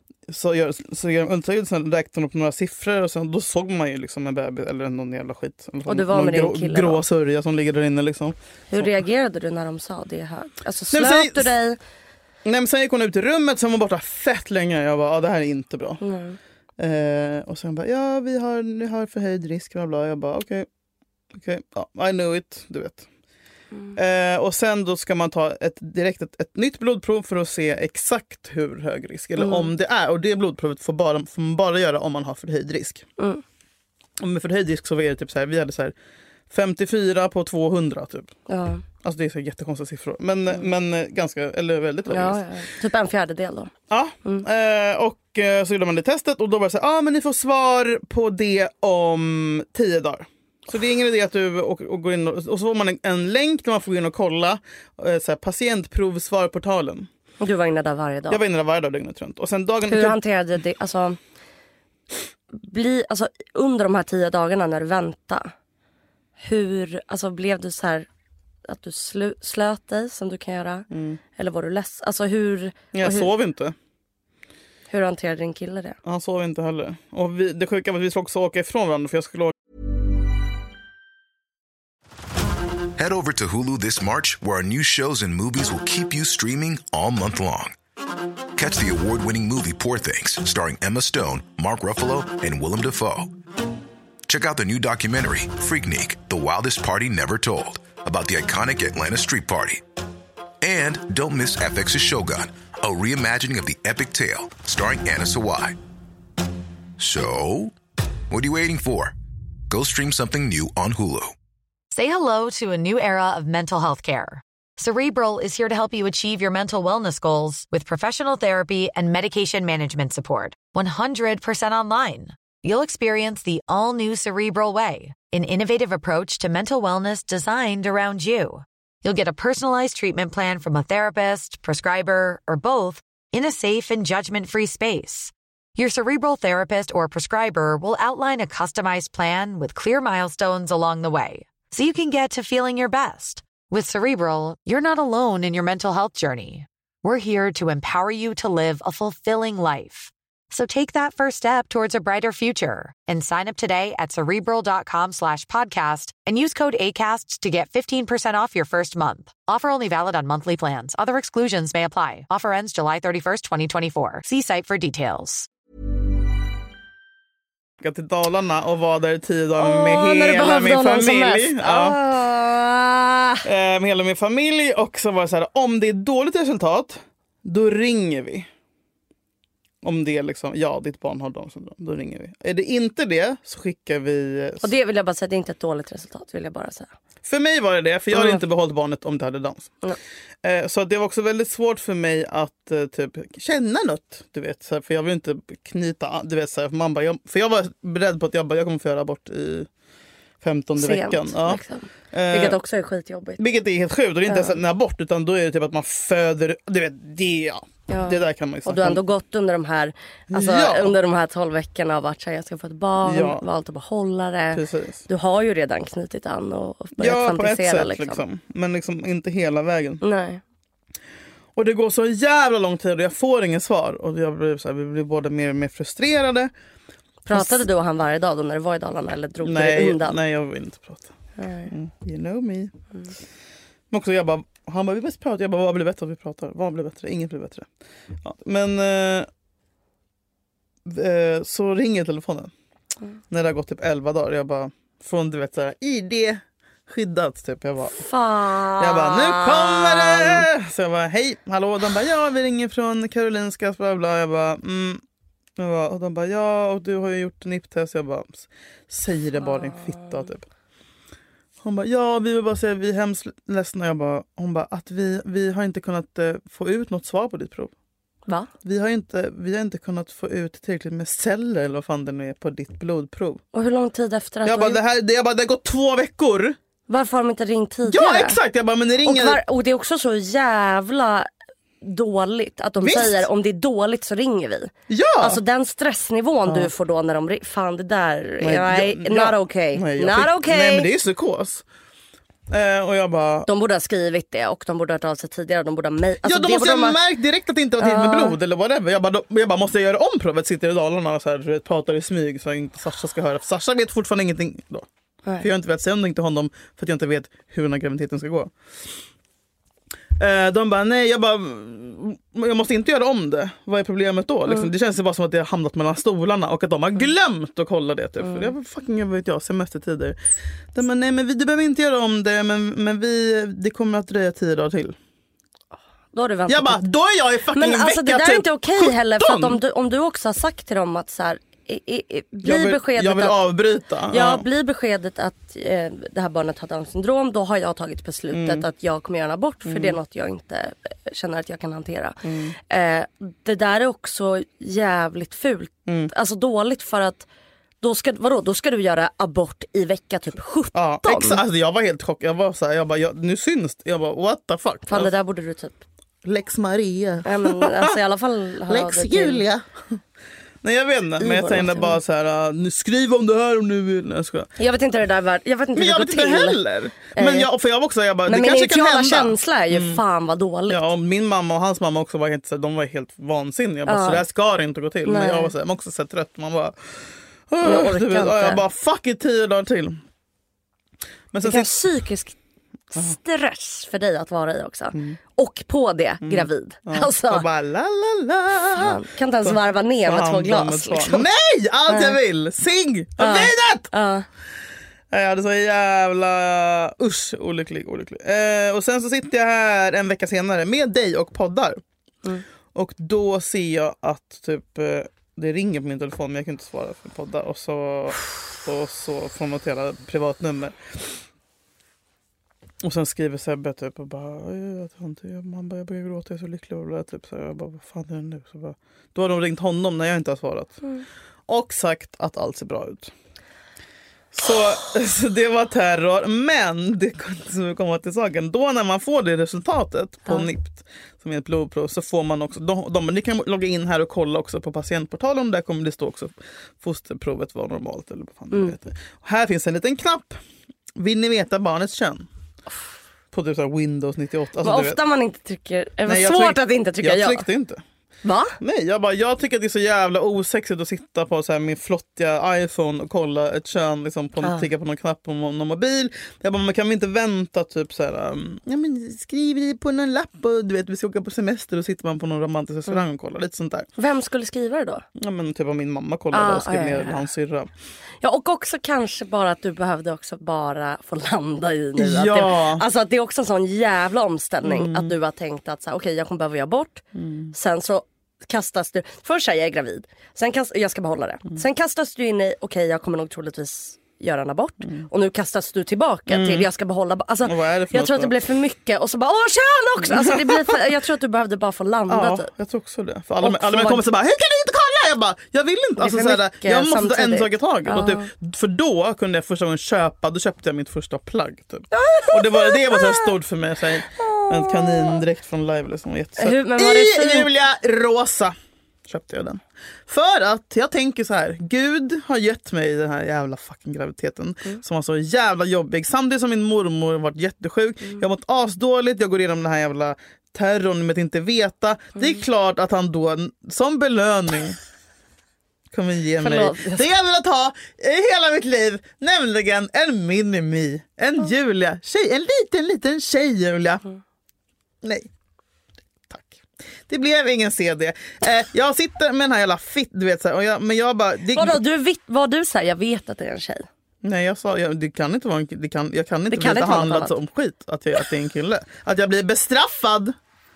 så gör, så gör de ultraljud, sen räknar de upp några siffror och sen, då såg man ju liksom en bebis eller någon jävla skit.
Och du var
någon
med din
grå,
kille
grå
då?
sörja som ligger där inne liksom.
Hur
Så.
reagerade du när de sa det här? Alltså
Nej,
slöt
men säg-
du dig?
Nej men sen gick hon ut i rummet, sen var borta fett länge. Jag bara, ja det här är inte bra.
Mm.
Eh, och sen bara, ja vi har, ni har förhöjd risk, bla bla. Jag bara, okej. Okay. Okay. Ja, I know it, du vet. Mm. Eh, och sen då ska man ta ett, direkt ett, ett nytt blodprov för att se exakt hur hög risk. Eller
Mm.
om det är. Och det blodprovet får, bara, får man bara göra om man har förhöjd risk.
Mm.
Och med förhöjd risk så var det typ så här, vi hade så här femtiofyra på tvåhundra typ.
Ja.
Alltså det är så jättekonstiga siffror. Men, men eh, ganska, eller väldigt hög
Ja,
risk.
ja, typ en fjärdedel då.
Ja,
Mm.
eh, och eh, så gjorde man det testet och då var det så här, ah, men ni får svar på det om tio dagar. Så det är ingen idé att du och, och går in och, och så får man en, en länk där man får gå in och kolla eh, så här, patientprovsvarportalen.
Du var inne där varje dag.
Jag var inne där varje dag dygnet runt. Och sen dagen
Hur hanterade det, alltså, bli, alltså under de här tio dagarna när du väntade, hur, alltså blev du så här att du slu, slöt dig som du kan göra?
Mm.
Eller var du less? Alltså hur,
Jag
och hur,
sov inte.
hur hanterade din kille det?
Han sov inte heller. Och vi, det sjuka var att vi skulle också åka ifrån varandra för jag skulle åka.
Head over to Hulu this March, where our new shows and movies will keep you streaming all month long. Catch the award-winning movie Poor Things, starring Emma Stone, Mark Ruffalo, and Willem Dafoe. Check out the new documentary, Freaknik, The Wildest Party Never Told, about the iconic Atlanta Street Party. And don't miss F X's Shogun, a reimagining of the epic tale starring Anna Sawai. So, what are you waiting for? Go stream something new on Hulu.
Say hello to a new era of mental health care. Cerebral is here to help you achieve your mental wellness goals with professional therapy and medication management support. one hundred percent online. You'll experience the all-new Cerebral Way, an innovative approach to mental wellness designed around you. You'll get a personalized treatment plan from a therapist, prescriber, or both in a safe and judgment-free space. Your Cerebral therapist or prescriber will outline a customized plan with clear milestones along the way, so you can get to feeling your best. With Cerebral, you're not alone in your mental health journey. We're here to empower you to live a fulfilling life. So take that first step towards a brighter future and sign up today at Cerebral.com slash podcast and use code ACAST to get fifteen percent off your first month. Offer only valid on monthly plans. Other exclusions may apply. Offer ends July thirty-first, twenty twenty-four. See site for details.
Till Dalarna och var där tio dagar
Åh,
med
när du
hela
behövde
min
honom som
familj.
mest.
Ja.
Ah.
Eh, med hela min familj. Och så var det så här, om det är dåligt resultat, då ringer vi. Om det är liksom, ja, ditt barn har Downs syndrom, då ringer vi. Är det inte det, så skickar vi...
Och det vill jag bara säga, det är inte ett dåligt resultat, vill jag bara säga.
För mig var det det, för jag hade
Mm.
inte behållit barnet om det hade Downs.
Mm.
Eh, så det var också väldigt svårt för mig att eh, typ känna något, du vet. Så här, för jag vill inte knyta an, du vet. Så här, för, man bara, jag, för jag var beredd på att jag, bara, jag kommer få göra abort i femtonde
Sent,
veckan. Ja.
liksom.
Eh,
Vilket också är skitjobbigt.
Vilket är helt sjukt. Och det är inte
Ja.
ens en abort, utan då är det typ att man föder... Du vet, det, ja.
Ja.
Det där kan man ju
Och du har ändå gått under de här alltså,
Ja.
under de här tolv veckorna och varit så här, jag ska få ett barn,
Ja.
valt att behålla det.
Precis.
Du har ju redan knutit an och, och börjat
Ja, på ett
fantisera.
sätt
liksom.
liksom. Men liksom inte hela vägen.
Nej.
Och det går så jävla lång tid och jag får ingen svar. Och jag blir så här, vi blir båda mer och mer frustrerade.
Pratade du och han varje dag då när du var i Dalarna eller drog du
Nej,
dig undan?
nej, jag vill inte prata.
Nej.
Mm. You know me. Mm. Men också jag bara, han bara, vi måste prata. Jag bara, vad blir bättre om vi pratar? Vad blir bättre? Inget blir bättre. Ja, men eh, eh, så ringer telefonen. Mm. När det har gått typ elva dagar. Jag bara, från du vet såhär, I D skyddat typ. Jag bara,
Fan.
jag bara, nu kommer det! Så jag bara, hej, hallå. De bara, ja, vi ringer från Karolinska, bla bla. Jag bara, mm. Jag bara, och de bara, ja, och du har ju gjort N I P-test. Jag bara, säg det bara, din fitta typ. Hon bara, ja, vi vill bara säga, vi är hemskt ledsna. Jag bara, hon bara, att vi, vi har inte kunnat uh, få ut något svar på ditt prov.
Va?
Vi har inte, vi har inte kunnat få ut tillräckligt med celler eller vad fan det nu är på ditt blodprov.
Och hur lång tid efter att
Jag
du
bara,
har
det här, det, jag bara, det har gått två veckor.
Varför har de inte ringt tidigare?
Ja, exakt. Jag bara, men det ringer...
och, var, och det är också så jävla dåligt att de
Visst.
säger om det är dåligt så ringer vi.
Ja!
Alltså den stressnivån du får då när de ringer. Fan det där,
Nej,
nej,
jag-
not
jag-
okay.
Nej, jag
Not
fick-
okay.
Nej, men det är ju psykos. Eh, och jag bara...
De borde ha skrivit det och de borde ha hört av sig tidigare. De borde ha mej- alltså,
ja, de
det
måste
borde
ha
de ha...
märkt direkt att det inte var tid med blod eller whatever. Jag bara, då, jag bara, måste jag göra om provet? Sitter i Dalarna och så här, du vet, pratar i smyg så att inte Sasha ska höra. För Sasha vet fortfarande ingenting då.
Nej.
För jag har inte velat säga någonting till honom för att jag inte vet hur den här graviditeten ska gå. Eh, de bara, nej, jag bara, jag måste inte göra om det. Vad är problemet då? Liksom,
Mm.
det känns ju bara som att det har hamnat mellan stolarna och att de har glömt att kolla det. Typ.
Mm.
För det var fucking, jag vet jag, semestertider. De bara, nej, men vi, du behöver inte göra om det, men, men vi, det kommer att dröja tio dagar till.
Då har du väntat
Jag bara,
till-
då är jag i fucking
Men alltså det
vecka
där
typ
är inte okej heller. För att
sjutton.
om du, om du också har sagt till dem att så här, i, i, i, bli
jag vill,
beskedet
jag vill
att...
avbryta.
Ja, blir beskedet att eh, det här barnet har Downs syndrom, då har jag tagit beslutet
Mm.
att jag kommer göra en abort för det är något jag inte eh, känner att jag kan hantera. Eh, det där är också jävligt fult.
Mm.
Alltså dåligt för att då ska, vadå, då ska du göra abort i vecka typ sjutton.
Ja, exakt. Alltså, jag var helt chockad. Jag var så här, jag bara, jag, nu syns det. Jag bara, what the fuck?
Fan det där borde du typ...
Lex Maria.
Ja, men, alltså, i alla fall ha
Lex
det till-
Julia. Nej, jag vet inte. Men jag
vår
tänkte
låt,
bara så här, nu skriv om det här om du vill. Nej, jag skojar.
Jag vet inte det där var, jag vet inte
Men
hur
jag
det
vet
går
inte
till.
heller. Men jag, för jag var också, jag bara,
Men
det
min
kanske kan
initiala
hända.
känsla är ju fan vad dåligt.
Ja, och min mamma och hans mamma också var helt, så här, de var helt vansinniga. Jag bara,
Ja.
så där ska det inte gå till. Men
Nej.
jag var så här, man också så här, trött. Man bara,
Jag orkar
du vet,
inte.
och jag bara, fuck it, tio dagar till. Men sen
Vilken
sitter,
psykisk stress för dig att vara i också. Och på det gravid. Alltså,
och bara, la la la.
fan, kan inte ens varva ner med två
Fan,
glas.
med två-
Liksom.
Nej, allt jag vill. Sing! Och vinet!
Ja.
Jag hade så jävla usch, olycklig, olycklig. Eh, och sen så sitter jag här en vecka senare med dig och poddar. Mm. Och då ser jag att typ eh, det ringer på min telefon men jag kan inte svara för poddar. Och så, och så får man notera privatnummer. Och sen skriver Sebbe typ och bara, jag inte, man bara, jag börjar gråta, jag är så lycklig och typ så jag bara, vad fan är det nu? Så bara, då har de ringt honom när jag inte har svarat. Mm. Och sagt att allt ser bra ut. Så, så det var terror. Men det som kommer till saken, då när man får det resultatet på ja. N I P T som är ett blodprov, så får man också, de, de, ni kan logga in här och kolla också på patientportalen, där kommer det stå också fosterprovet var normalt eller vad fan mm. det heter. Och här finns en liten knapp. Vill ni veta barnets kön? På typ så Windows nittioåtta. Alltså,
vad ofta vet. Man inte trycker. Det var
Nej,
svårt
tryck,
att inte trycka ja.
Jag tryckte inte.
Va?
Nej, jag bara, jag tycker att det är så jävla osexigt att sitta på så här min flottiga iPhone och kolla ett kön liksom på ah. trycka på någon knapp på någon mobil. Jag bara, man kan väl inte vänta typ så här, um, ja men skriv det på någon lapp och du vet vi ska åka på semester och sitter man på någon romantisk restaurang mm. och kollar lite sånt där.
Vem skulle skriva det då?
Ja men typ av min mamma kollade ah, och skrev ah, ner ja, ja. hans syrra.
Ja, och också kanske bara att du behövde också bara få landa i nu.
Ja.
Att det, alltså att det är också en sån jävla omställning mm. att du har tänkt att så här, okej, jag kommer behöva göra bort. Mm. Sen så kastas du, först säger jag är gravid, sen kast, jag ska behålla det. Mm. Sen kastas du in i, okej, jag kommer nog troligtvis göra en abort. Mm. Och nu kastas du tillbaka mm. till jag ska behålla. Alltså, jag tror att det blev för mycket. Och så bara, åh kön också! Alltså, det blir för, jag tror att du behövde bara få landa.
Ja,
typ.
jag tror också det. För alla, alla män kommer så bara, hur kan du inte kolla? Jag bara, jag vill inte. Alltså, såhär, jag måste ta en sak i taget. Ja. Typ, för då kunde jag första gången köpa, då köpte jag mitt första plagg. Typ. Och det var, det var så stort för mig. Såhär, en kanin direkt från live. Liksom,
hur, men var det
I Julia Rosa köpte jag den. För att jag tänker så här, Gud har gett mig den här jävla fucking graviditeten mm. som var så jävla jobbig. Samtidigt som min mormor har varit jättesjuk. Mm. Jag har mått asdåligt, jag går igenom den här jävla terrorn med att inte veta. Mm. Det är klart att han då som belöning kommer ge mig Förlåt. det jag vill ha i hela mitt liv, nämligen en mini-me. En mm. Julia. Tjej, en liten, liten tjej Julia. Mm. Nej. Det blev ingen C D. Eh, jag sitter med den här jävla fitt, du vet så här, och jag, men jag bara det,
Vadå, du vet vad du säger, jag vet att det är en tjej.
Nej, jag sa jag, det kan inte vara en, det kan jag kan inte det kan bli behandlad som skit att jag att det är en kille. Att jag blir bestraffad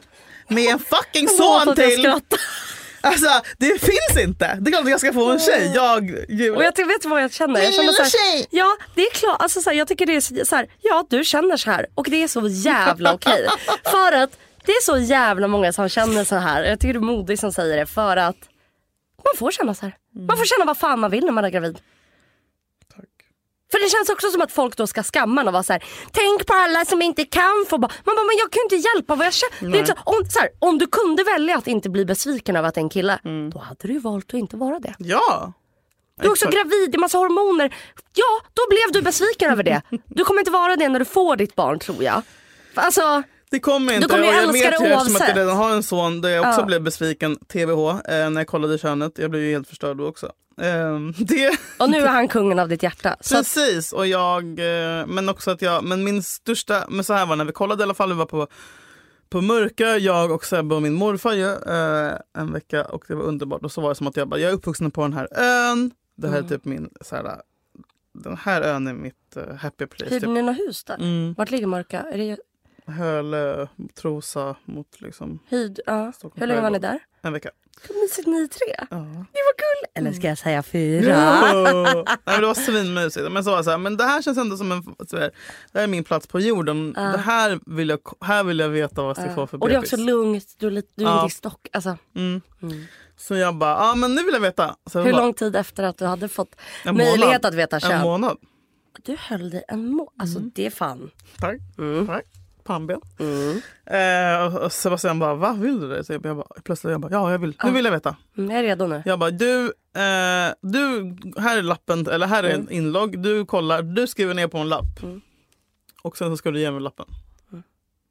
med en fucking son till. Alltså, det finns inte. Det är klart att jag ska få en tjej. Jag Julia.
Och jag vet vad jag känner. Jag känner så här, ja, det är klart, alltså så här, jag tycker det är så här, ja, du känner så här och det är så jävla okej. För att det är så jävla många som känner så här. Jag tycker det är modigt som säger det. För att man får känna så här. Man får känna vad fan man vill när man är gravid.
Tack.
För det känns också som att folk då ska skamma och vara så här, tänk på alla som inte kan få barn. Man bara, men jag kan inte hjälpa vad jag känner. Det är så, om, så här, om du kunde välja att inte bli besviken av att en kille, mm. då hade du ju valt att inte vara det.
Ja.
Du är också gravid, det är massa hormoner. Ja, då blev du besviken över det. Du kommer inte vara det när du får ditt barn, tror jag. Alltså...
Det kommer inte.
Kommer jag jag älska det oavsett.
Att jag redan har en son där jag också ja. blev besviken T V H eh, när jag kollade könet. Jag blev ju helt förstörd då också. Eh, det...
Och nu är han kungen av ditt hjärta.
Precis. Så att... Och jag, eh, men också att jag, men min största, men så här var när vi kollade i alla fall, vi var på, på Mörka, jag och Sebbe och min morfar ju, eh, en vecka och det var underbart. Och så var det som att jag bara, jag är uppvuxen på den här ön. Det här mm. är typ min, så här, den här ön är mitt uh, happy place.
Hyrde
typ.
ni något hus där? Mm. Vart ligger Mörka? Är det...
Höle, Trosa mot liksom
Hyd, ja. Hur länge var ni där?
En vecka.
Mysigt ni tre.
Ja.
Det var kul. Eller ska jag säga fyra?
Ja. Nej, men det var svinmysigt. Men så var det så här, men det här känns ändå som en så här, det här är min plats på jorden. Ja. Det här vill jag här vill jag veta vad jag ska ja. få för bebis.
Och det är också lugnt. Du är lite du är ja. i stock alltså.
Mm. Mm. Så jag bara, ja men nu vill jag veta. Så
Hur
bara,
lång tid efter att du hade fått möjlighet att veta kön?
En månad.
Du höll dig en månad. Alltså
mm.
det är fan.
Tack. Mm. Tack. Pannben.
Mm.
Eh, och, och Sebastian bara, vad vill du det? Så jag, jag bara, plötsligt jag bara, ja jag vill, nu vill jag veta.
Mm, jag är redo nu.
Jag bara, du, eh, du här är lappen, eller här är en mm. inlogg, du kollar, du skriver ner på en lapp. Mm. Och sen så ska du ge mig lappen.
Mm.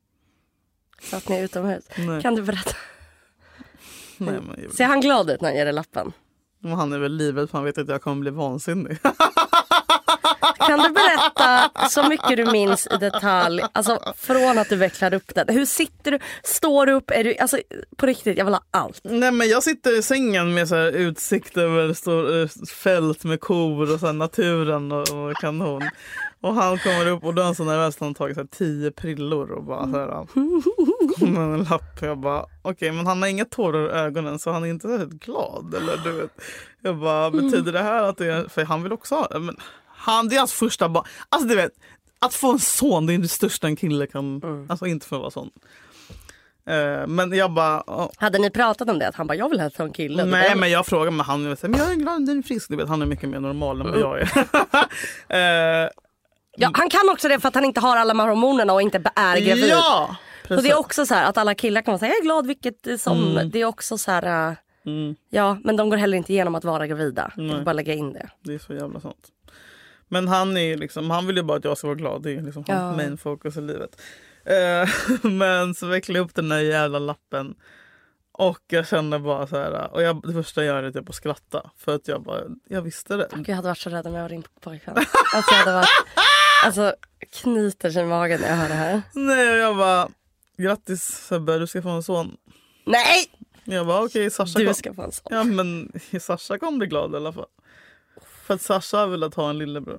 Så att ni är utomhus.
Nej.
Kan du berätta?
Nej, men,
ser han glad ut när han ger dig lappen?
Och han är väl livet för han vet att jag kommer bli vansinnig.
Kan du berätta så mycket du minns i detalj? Alltså från att du vecklar upp det. Hur sitter du? Står du upp? Är du, alltså på riktigt, jag vill ha allt.
Nej, men jag sitter i sängen med så här utsikt över stor, fält med kor och så här naturen och, och kanon. Och han kommer upp och då är han så nervös att han har tagit så här tio prillor och bara så här, med en lapp. Jag bara, okej, okay, men han har inga tårar i ögonen så han är inte så glad. Eller du vet. Jag bara, betyder det här att det är, för han vill också ha, men han, det är hans första barn. Alltså du vet, att få en son, det är det största en kille kan, mm. alltså inte för att vara sån. Uh, men jag bara... Oh.
Hade ni pratat om det? Att han bara, jag vill hälsa en kille.
Nej, men jag frågar med han, men jag är glad, den är frisk. Du vet, han är mycket mer normal än vad jag är. uh,
Ja, han kan också det för att han inte har alla hormonerna och inte är gravid.
Ja,
så det är också så här att alla killar kan säga jag är glad vilket som. Mm. Det är också så här uh, mm. ja, men de går heller inte igenom att vara gravida. Nej. Jag får bara lägga in det.
Det är så jävla sånt. Men han är liksom, han vill ju bara att jag ska vara glad. Det är liksom ja. hans main focus i livet. Uh, men så vecklade jag upp den där jävla lappen. Och jag kände bara så här, och jag, det första jag gör är typ att skratta. För att jag bara, jag visste det.
Jag hade varit så rädd om jag var din pojkvän. Alltså jag hade varit, alltså knyter sig i magen när jag hör det här.
Nej, och jag bara, grattis Sebbe, du ska få en son.
Nej!
Jag bara, okej, okay, Sasha
du
kom.
ska få en son.
Ja, men Sasha kommer bli glad i alla fall. För att Sasha vill ha en lillebror.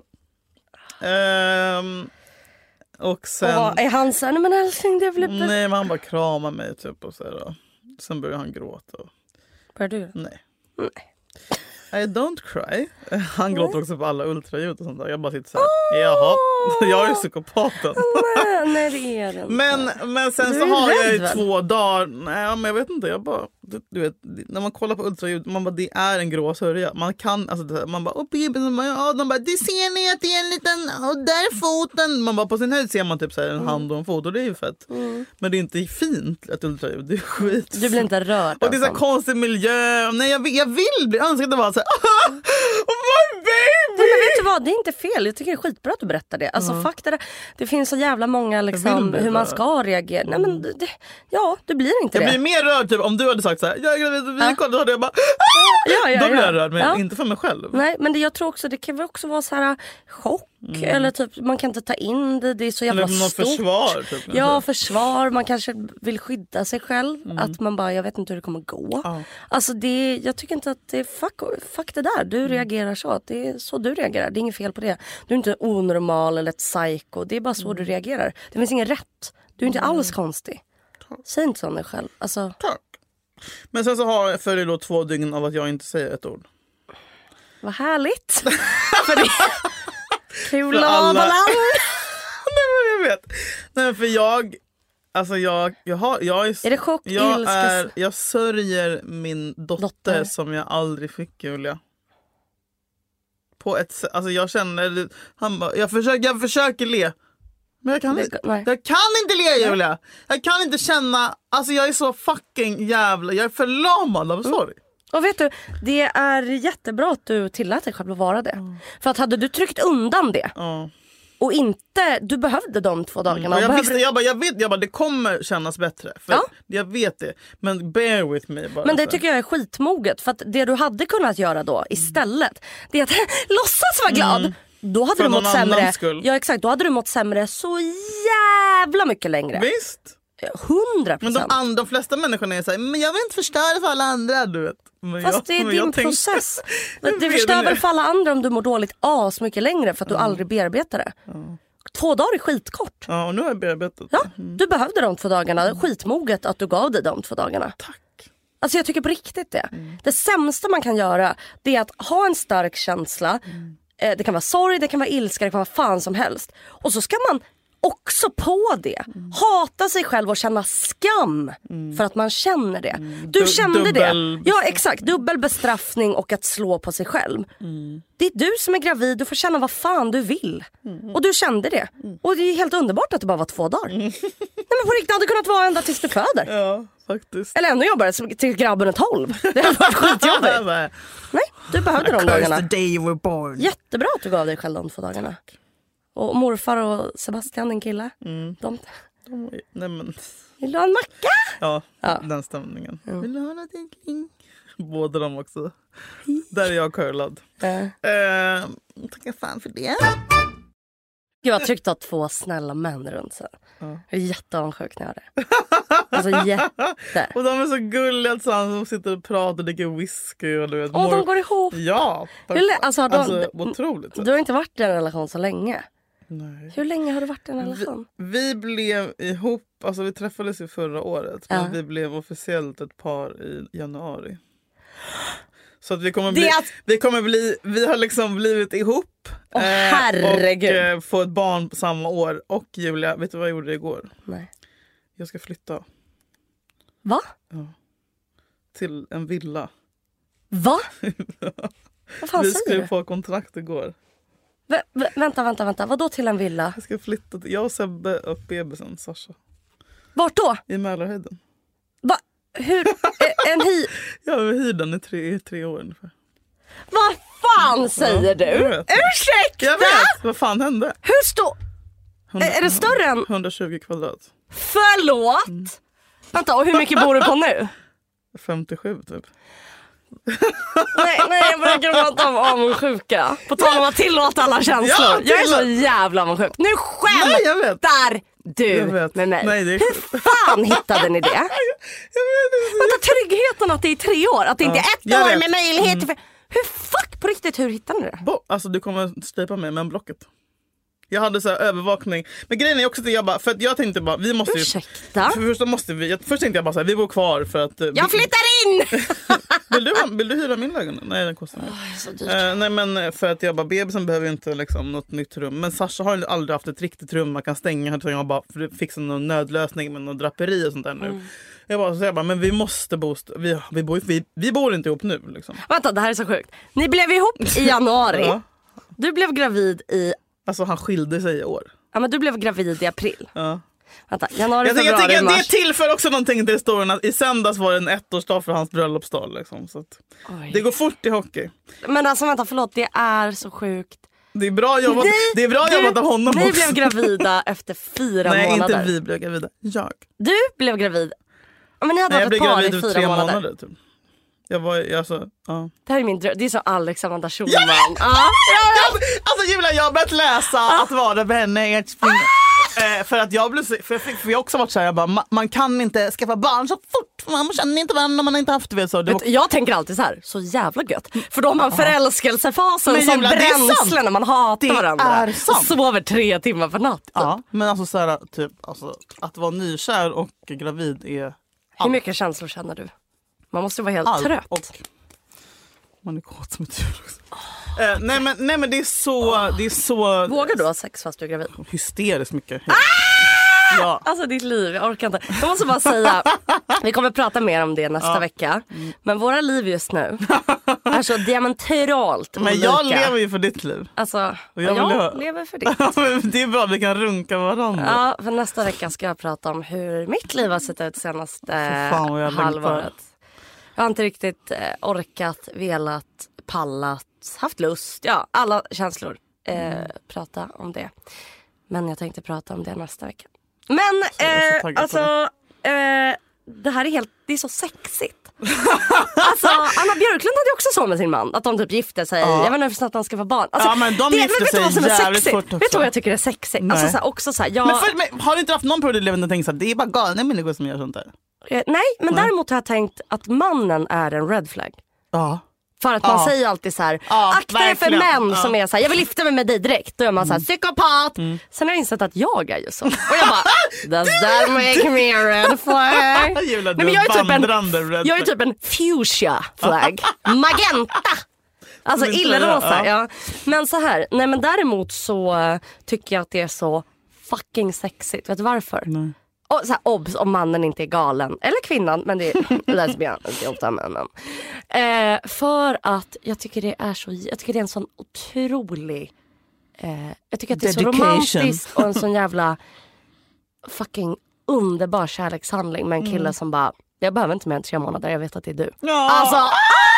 Um, och sen...
Åh, är han så här, nej men älskling, det blir...
Nej, men han bara kramar mig typ och så här. Sen börjar han gråta. Och...
Börjar du?
Nej.
Nej.
I don't cry. Han Nej. gråter också på alla ultraljud och sånt där. Jag bara sitter så här. Oh! Jaha, jag är psykopaten.
Nej, nej, det är det inte.
Men, men sen så har jag ju väl? två dagar. Nej, men jag vet inte. Jag bara, du, du vet, när man kollar på ultraljud, man bara, det är en grå sörja. Man kan, alltså, man bara, upp i bebisen, ja, de bara, det ser ni att det är en liten, och där är foten. Man bara, på sin höjd ser man typ så här, en mm. hand och en fot, och det är ju fett. Mm. Men det är inte fint ett ultraljud, det är skit.
Du blir inte rörd.
Och det är så här konstig miljö. Nej, jag vill, jag vill bli önskad att vara så här, my baby!
Men vet du vad, det är inte fel. Jag tycker det är skitbra att du berättar det. Alltså mm. fuck det där. Det finns så jävla många liksom, hur man ska reagera. Nej, men det, ja, det blir inte
jag
det.
Jag blir mer rörd typ, om du hade sagt så här, jag är gravid, vi ja. kollade, hade jag bara
ja, ja,
då blir
ja.
jag rörd, men
ja.
inte för mig själv.
Nej, men det, jag tror också, det kan väl också vara så här chock. Mm. Eller typ, man kan inte ta in det. Det är så jävla
eller
stort.
Försvar, typ,
ja, försvar. Man kanske vill skydda sig själv. Mm. Att man bara, jag vet inte hur det kommer gå. Ja. Alltså det, jag tycker inte att det är fuck, fuck det där. Du mm. reagerar så. Det är så du reagerar. Det är inget fel på det. Du är inte onormal eller ett psycho. Det är bara så mm. du reagerar. Det finns ingen rätt. Du är inte alls konstig. Tack. Säg inte så om dig själv. Alltså...
Tack. Men sen så har jag följer då två dygn av att jag inte säger ett ord.
Vad härligt. För det... Kul att vara balans.
Nej, men jag vet. Nej, för jag... Alltså jag, jag har... Jag är,
är det chock,
jag,
ilska?
är, jag sörjer min dotter, dotter som jag aldrig fick, Julia. På ett, alltså jag känner... Han bara, jag, försöker, jag försöker le. Men jag kan, inte, jag kan inte le, Julia. Jag kan inte känna... Alltså jag är så fucking jävla... Jag är förlamad av sorg. Mm.
Och vet du, det är jättebra att du tillät dig själv att vara det. Mm. För att hade du tryckt undan det mm. och inte, du behövde de två dagarna.
Mm. Jag,
behövde...
visste, jag, bara, jag vet, jag bara, det kommer kännas bättre. För ja. Jag vet det, men bear with me bara.
Men det tycker jag är skitmoget. För att det du hade kunnat göra då istället, det är att låtsas vara glad. Mm. Då hade
för
du mått sämre.
Skull.
Ja, exakt. Då hade du mått sämre så jävla mycket längre.
Visst.
Hundra procent.
Men de, and, de flesta människorna är så här, men jag vill inte förstöra för alla andra, du vet. Men
fast
jag,
det är din
tänkte...
process. Det förstör väl för alla andra om du mår dåligt as mycket längre för att du mm. aldrig bearbetar det. Mm. Två dagar är skitkort.
Ja, och nu har jag bearbetat.
Ja, mm. du behövde de två dagarna. Mm. Skitmoget att du gav dig de två dagarna.
Tack.
Alltså jag tycker på riktigt det. Mm. Det sämsta man kan göra, det är att ha en stark känsla. Mm. Det kan vara sorg, det kan vara ilska, det kan vara fan som helst. Och så ska man också på det mm. hata sig själv och känna skam mm. för att man känner det. Mm. Du kände det. Ja, exakt. Dubbel bestraffning och att slå på sig själv. Mm. Det är du som är gravid, du får känna vad fan du vill. Mm. Och du kände det. Mm. Och det är helt underbart att det bara var två dagar. Mm. Nej, men på riktigt hade det kunnat vara ända tills du föder.
Ja, faktiskt.
Eller ännu jobbigare till grabben är tolv. Det hade varit skitjobbigt. Nej, du behövde de dagarna.
The day you were born.
Jättebra att du gav dig själv de två dagarna. Och morfar och Sebastian, din kille. Mm. De...
de nej men...
Vill du ha en macka?
Ja, ja. Den stämningen. Mm. Vill du ha någonting? Båda de också. Där är jag curlad. Mm. Eh, tackar fan för det.
Gud vad tryggt att ha två snälla män runt sig. Ja. Jag är jätteavundsjuk när jag har det. Alltså jätte.
Och de är så gulliga tillsammans. De sitter och pratar och dricker whisky. Och du vet,
och de går ihop.
Ja.
Hur, alltså, har de,
alltså, otroligt.
Du har inte varit i en relation så länge.
Nej.
Hur länge har du varit i en relation?
Vi, vi blev ihop, alltså vi träffades ju förra året. Ja. Men vi blev officiellt ett par i januari. Så att vi kommer bli, att... vi kommer bli, vi har liksom blivit ihop.
Åh, herregud.
Och eh, få ett barn på samma år. Och Julia, vet du vad jag gjorde igår?
Nej.
Jag ska flytta.
Va?
Ja. Till en villa.
Va? Vad fan
vi
säger
skrev
du?
på kontrakt igår.
Vä- vä- vänta, vänta, vänta. Vad då till en villa?
Jag ska flytta till, jag och Sebbe och bebisen Sasha.
Vart då?
I Mälarhöjden.
Va? Hur? en hy...
Jag har hyrt den i tre, tre år ungefär.
Vad fan säger
ja,
du?
Jag vet.
Ursäkta?
Jag vet. Vad fan hände?
Hur stor? Är det större än?
hundratjugo kvadrat.
Förlåt? Mm. Vänta, och hur mycket bor du på nu?
femtiosju typ.
nej, nej, jag börjar gråta av avundsjuka. På tal om att tillåta alla känslor. Ja, jag är så jävla avundsjuk. Nu skämtar du
jag vet.
med mig.
Nej, det är...
Hur fan hittade ni det? jag vet, Vänta, tryggheten att det är tre år. Att det inte är ett
jag
år
vet.
med möjligheter.
Mm.
För... Hur fuck på riktigt, hur hittade ni det?
Bo, alltså du kommer strypa mig med en blocket. Jag hade så här övervakning. Men grejen är också att jag bara, för att jag tänkte bara, vi måste ju...
Ursäkta?
För först, måste vi, jag, först tänkte jag bara så här, vi bor kvar för att...
Jag flyttar in!
vill, du, vill du hyra min lägenhet? Nej, den kostar
oh, så dyrt.
Uh, nej, men för att jag bara, bebisen behöver inte liksom något nytt rum. Men Sasha har aldrig haft ett riktigt rum man kan stänga. Så jag bara fixa någon nödlösning med någon draperi och sånt där nu. Mm. Jag bara, så jag bara, men vi måste bo... Vi, vi, bor, vi, vi bor inte ihop nu liksom.
Vänta, det här är så sjukt. Ni blev ihop i januari. ja. Du blev gravid i...
Alltså han skilde sig i år.
Ja, men du blev gravid i april.
Ja.
Vänta, januari,
jag,
februari,
jag tycker
mars.
det tillför också någonting till historien att i söndags var det en ettårsdag för hans bröllopsdag liksom, så att det går fort i hockey.
Men alltså vänta, förlåt, det är så sjukt.
Det är bra jobbat,
ni,
det är bra
du,
jobbat av honom
ni
också.
Blev gravida efter fyra
Nej,
månader.
Nej, inte vi blev gravida. Jag.
Du blev gravid. Men ni hade
Nej,
varit ett par i fyra
tre
månader.
månader typ. Jag var, alltså, ja.
Det här är min dröm. Det är så Alex Amanda Schulman.
Ja, ja, ja. Alltså Julia, jag har börjat läsa ah. att vara vänner ett eh, för att jag blev för jag fick för jag också varit så här, jag bara, man, man kan inte skaffa barn så fort. Man känner inte varandra när man inte haft det så. Det var...
Jag tänker alltid så här, så jävla gött. För då har man förälskelsefasen som
Julia,
bränsle när man hatar
det
varandra.
Är sant.
Och sover tre timmar per natt. Typ.
Ja, men alltså så här, typ alltså, att vara nykär och gravid är allt.
Hur mycket känslor känner du? Man måste vara helt
allt.
trött.
Och man är kåt som ett djur också. Uh, nej, men, nej men det är så, oh. det är så...
Vågar du ha sex fast du är gravid?
Hysteriskt mycket.
Ah!
Ja.
Alltså ditt liv, jag orkar inte. Jag måste bara säga, vi kommer prata mer om det nästa ja. vecka. Mm. Men våra liv just nu är så diametralt
Men olika. Jag lever ju för ditt liv.
Alltså,
och
jag,
jag
jag
ha...
lever för ditt.
Det är bra, vi kan runka varandra.
Ja, för nästa vecka ska jag prata om hur mitt liv har sett ut senaste jag halvåret. Jag har inte riktigt eh, orkat, velat, pallat, haft lust. Ja, alla känslor. Eh, mm. Prata om det. Men jag tänkte prata om det nästa vecka. Men eh, alltså det. Eh, det här är helt, det är så sexigt. Alltså Anna Björklund hade också så med sin man. Att de typ gifte sig, ja. Jag vet inte hur snabbt de ska få barn. Alltså,
ja, men de det, gifte sig jävligt fort också.
Vet du vad jag tycker är sexigt? Alltså, så här, också, så här, jag...
men, för, men har du inte haft någon period i livet och tänkt att det är bara galna människor som gör sånt där?
Eh, nej, men nej. Däremot har jag tänkt att mannen är en red flag.
Ja.
För att man ja. säger alltid så här, ja, akta dig för män ja. som är så här, jag vill lyfta mig med dig direkt. Då är man så här, psykopat. Mm. Sen har jag insett att jag är ju så. Och jag bara, does that make me a red flag?
Julia,
nej, men jag är typ en, jag är typ en fuchsia flag. Magenta. Alltså illrosa, ja. Men så här, nej men däremot så tycker jag att det är så fucking sexigt. Vet du varför? Nej. Och så här, obs om mannen inte är galen. Eller kvinnan, men det är lesbian. Det är ofta männen. Eh, för att jag tycker det är så, jag tycker det är en sån otrolig eh, jag tycker att det är Dedication. Så romantiskt och en sån jävla fucking underbar kärlekshandling med en kille mm. som bara, jag behöver inte mer än tre månader, jag vet att det är du.
Ja.
Alltså ah!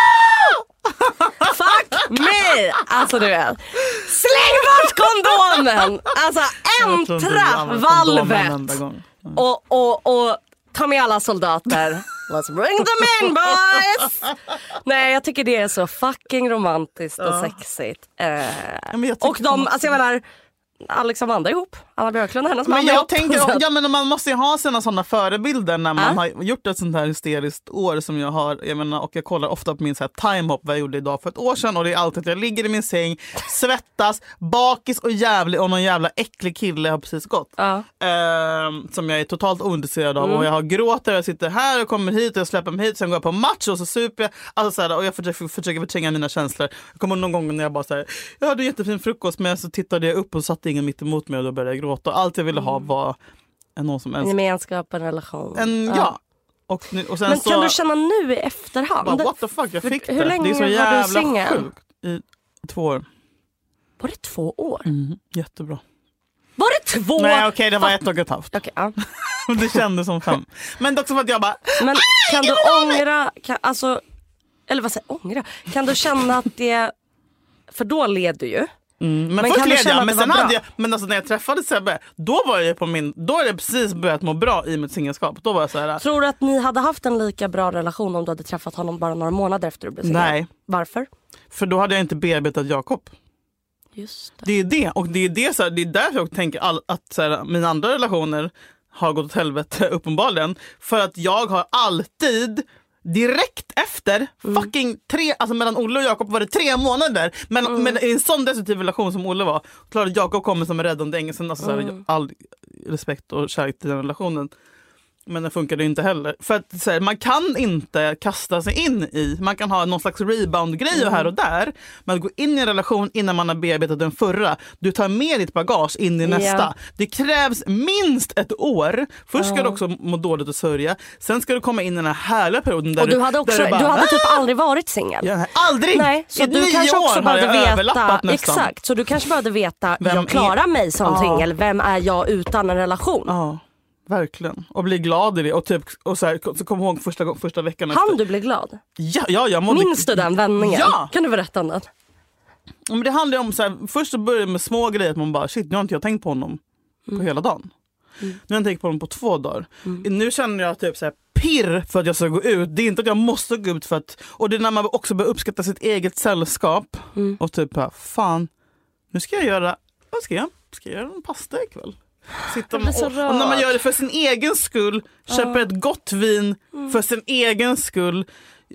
Fuck me! Alltså du vet, släng bort kondomen! Alltså äntra valvet mm. och, och, och ta med alla soldater. Let's bring them in boys! Nej, jag tycker det är så fucking romantiskt och ja. sexigt eh, ja, och de, alltså jag menar Alex och Amanda ihop. Anna Björklund och hennes
men
man
jag
ihop.
tänker, ja, men man måste ju ha sina sådana förebilder när man
äh?
har gjort ett sånt här hysteriskt år som jag har. Jag menar, och jag kollar ofta på min så här timehop vad jag gjorde idag för ett år sedan. Och det är alltid att jag ligger i min säng, svettas, bakis och jävlig och någon jävla äcklig kille har precis gått.
Ja.
Eh, som jag är totalt ointresserad av.
Mm.
Och jag har gråter, jag sitter här och kommer hit och jag släpper mig hit. Sen går jag på match och så super jag. Alltså, så här, och jag försöker, försöker förtränga mina känslor. Jag kommer någon gång när jag bara säger jag hade en jättefin frukost men så tittade jag upp och satt ingen mitt emot mig och då började jag gråta. Och allt jag ville ha var en någon som
En
älskar.
gemenskap, en relation.
En, ja. ja. Och, nu, och sen
men
så,
kan du känna nu i efterhand?
bara, what the fuck, jag fick
Hur
det.
länge
Det är så
var du
jävla
singel?
sjukt. I två år.
Var det två år?
Mm, jättebra.
Var det två?
Nej okej, okay, det var ett och ett halvt.
Okay, ja.
Det kändes som fem. Men också för att jag bara...
Men kan du ångra... Kan, alltså, eller vad säger ångra? Kan du känna att det... För då led du ju.
Mm, men,
men
först
kan
led
du känna
jag,
att
men
det
sen
var
hade
bra?
jag, men alltså när jag träffade Sebbe, då var jag på min, då hade jag precis börjat må bra i mitt singelskap. Då var jag så här.
Tror du att ni hade haft en lika bra relation om du hade träffat honom bara några månader efter du blev singel?
Nej.
Varför?
För då hade jag inte bearbetat Jakob.
Just det.
Det är det, och det är det så här, det är därför jag tänker all, att så här, mina andra relationer har gått åt helvete uppenbarligen. För att jag har alltid direkt efter mm. fucking tre, alltså mellan Olle och Jakob var det tre månader. Men,
mm.
men i en sån destruktiv relation som Olle var, klart att Jakob kommer som en räddande ängel. Alltså, så här,
Mm.
all respekt och kärlek till den relationen. Men det funkade inte heller. För att så här, man kan inte kasta sig in i, man kan ha någon slags rebound-grej mm. här och där. Men att gå in i en relation innan man har bearbetat den förra, du tar med ditt bagage in i nästa.
Yeah.
Det krävs minst ett år. Först ska
uh.
du också må dåligt och sörja. Sen ska du komma in i den här härliga perioden där
och du hade, också,
där du, bara,
du hade typ aldrig varit singel.
Ja, aldrig!
Nej, så
I
du
nio
kanske också
år har jag
behövde
överlappat
veta.
nästan.
Exakt, så du kanske behövde veta
Vem
jag klarar
är...
mig som
ja.
singel. Vem är jag utan en relation?
Ja. Verkligen. Och bli glad i det. Och, typ, och så, här, så kom ihåg första, första veckan
Han
efter.
du bli glad?
Ja, ja, jag mådde...
Minns du den vändningen?
Ja!
Kan du berätta om den?
Men det handlar om så här, först så började det med små grejer. Att man bara, shit, nu har inte jag tänkt på honom mm. på hela dagen. Mm. Nu har jag tänkt på honom på två dagar. Mm. Nu känner jag typ så här pirr för att jag ska gå ut. Det är inte att jag måste gå ut för att... Och det är när man också börjar uppskatta sitt eget sällskap. Mm. Och typ, fan, nu ska jag göra... Vad ska jag? Ska jag göra en pasta ikväll? Sitta och, och när man gör det för sin egen skull, köper uh. ett gott vin mm. för sin egen skull,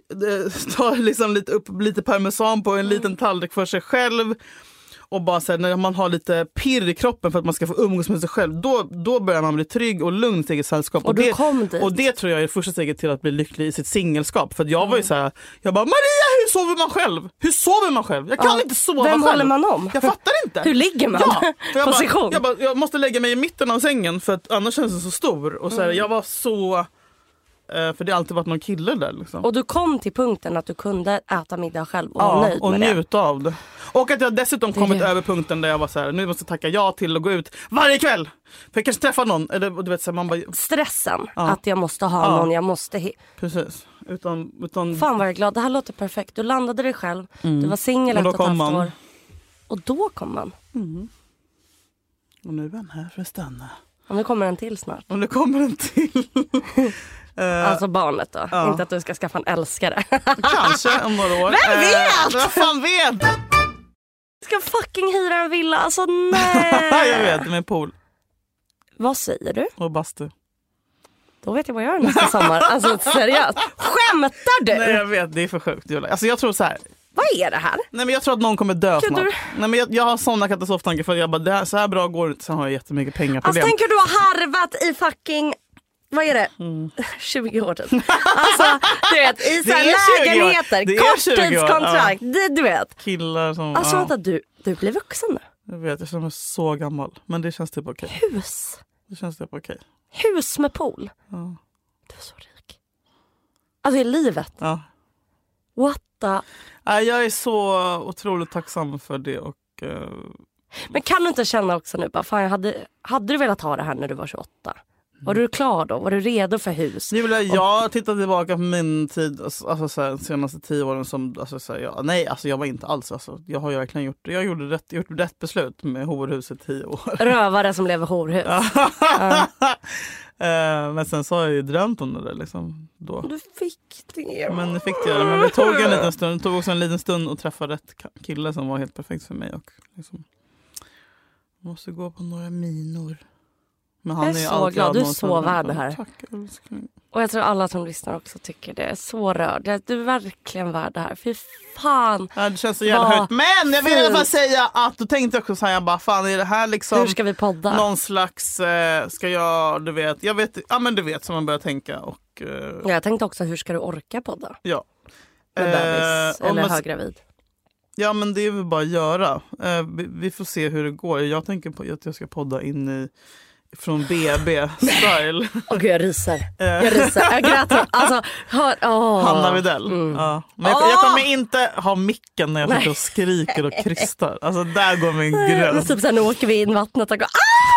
tar liksom lite upp lite parmesan på en mm. liten tallrik för sig själv och bara så här, när man har lite pirr i kroppen för att man ska få umgås med sig själv, då, då börjar man bli trygg och lugn i sitt eget sällskap.
Och,
och, det,
kom dit.
och det tror jag är det första steget till att bli lycklig i sitt singelskap. För att jag var ju så här, jag bara, Maria, hur sover man själv? Hur sover man själv? Jag kan
ja.
inte sova
Vem
själv.
håller man om?
Jag fattar inte.
Hur ligger man?
Ja, jag,
Position.
bara, jag, bara, jag måste lägga mig i mitten av sängen för att annars känns det så stor. Och så här, mm. jag var så... För det har alltid varit någon kille där. Liksom.
Och du kom till punkten att du kunde äta middag själv och
ja,
vara nöjd
och
med
njuta
det.
av det. Och att jag dessutom
det
kommit
är...
över punkten där jag var så här, nu måste jag tacka ja till att gå ut varje kväll. För jag kanske träffar någon. Eller, du vet, så här, man bara...
Stressen,
ja.
att jag måste ha ja. någon, jag måste... He-
Precis. Utan, utan...
Fan vad jag är glad, det här låter perfekt. Du landade dig själv, mm. du var singel ett och ett halvt år. Och då kom man.
Mm. Och nu är han här för att stanna.
Och nu kommer en till snart.
Och nu kommer en till.
Alltså barnet då. Ja. Inte att du ska skaffa en älskare.
Kanske om några år.
Vem vet?
Vem fan vet?
Ska fucking hyra en villa. Alltså nej.
Jag vet, med pool.
Vad säger du?
Och bastu.
Då vet jag vad jag gör nästa sommar. Alltså seriöst. Skämtar du?
Nej jag vet, det är för sjukt. Alltså jag tror så här.
Vad är det här?
Nej men jag tror att någon kommer dö
Gud,
snart.
du...
Nej men jag, jag har såna katastroftankar för jag bara, det här, så här bra går det inte. Sen har jag jättemycket pengar.
Alltså tänker du har harvat i fucking... Vad är det? Mm. tjugo år typ. Alltså, du vet, i så här lägenheter, korttidskontrakt, ja. du vet.
Killar som...
Alltså
ja.
vänta, du, du blir vuxen nu.
Jag vet, jag känner mig så gammal. Men det känns typ okej. Okay.
Hus.
Det känns typ okej.
Okay. Hus med pool.
Ja.
Du är så rik. Alltså i livet.
Ja.
What the...
Jag är så otroligt tacksam för det och... Uh...
Men kan du inte känna också nu, bara, fan, jag hade, hade du velat ha det här när du var tjugoåtta? Var du klar då? Var du redo för hus?
Nu vill jag, jag tittar tillbaka på min tid, alltså så här, senaste tio åren som, alltså så här, jag, nej alltså jag var inte alls, alltså, jag har ju verkligen gjort, jag gjorde rätt, gjort rätt beslut med horhuset tio år.
Rövare som lever horhus.
uh. Men sen så har jag ju drömt om det där liksom då.
Du fick det.
Men det fick jag, men det tog en liten stund, det tog också en liten stund att träffa rätt kille som var helt perfekt för mig och liksom Måste gå på några minor. Men han
Jag är
är
så
alltid
glad. Du är
någon
så
som-
värd det här.
Tack, älskling.
Och jag tror alla som lyssnar också tycker det är så rörd. Du är verkligen värd det här. Fy fan.
Ja, det känns så jävla
Vad
högt. Men jag vill i alla fall
fint.
säga att då tänkte jag också säga bara fan är det här liksom
Hur ska vi podda?
någon slags eh, ska jag du vet jag vet ja men du vet som man börjar tänka och eh,
Jag tänkte också hur ska du orka podda?
ja.
Med bebis
Eh,
eller
om-
höggravid.
Ja men det är väl bara att göra. Eh, vi, vi får se hur det går. Jag tänker på att jag ska podda in i från B B-style.
Åh gud jag ryser. Jag ryser. Jag grät. Alltså, hör, åh.
Hanna Widell.
Mm.
Ja. Men jag, jag kommer inte ha micken när jag sitter
Nej.
och skriker och krystar. Alltså där går min
Men
gräns.
typ sen åker vi in vattnet och går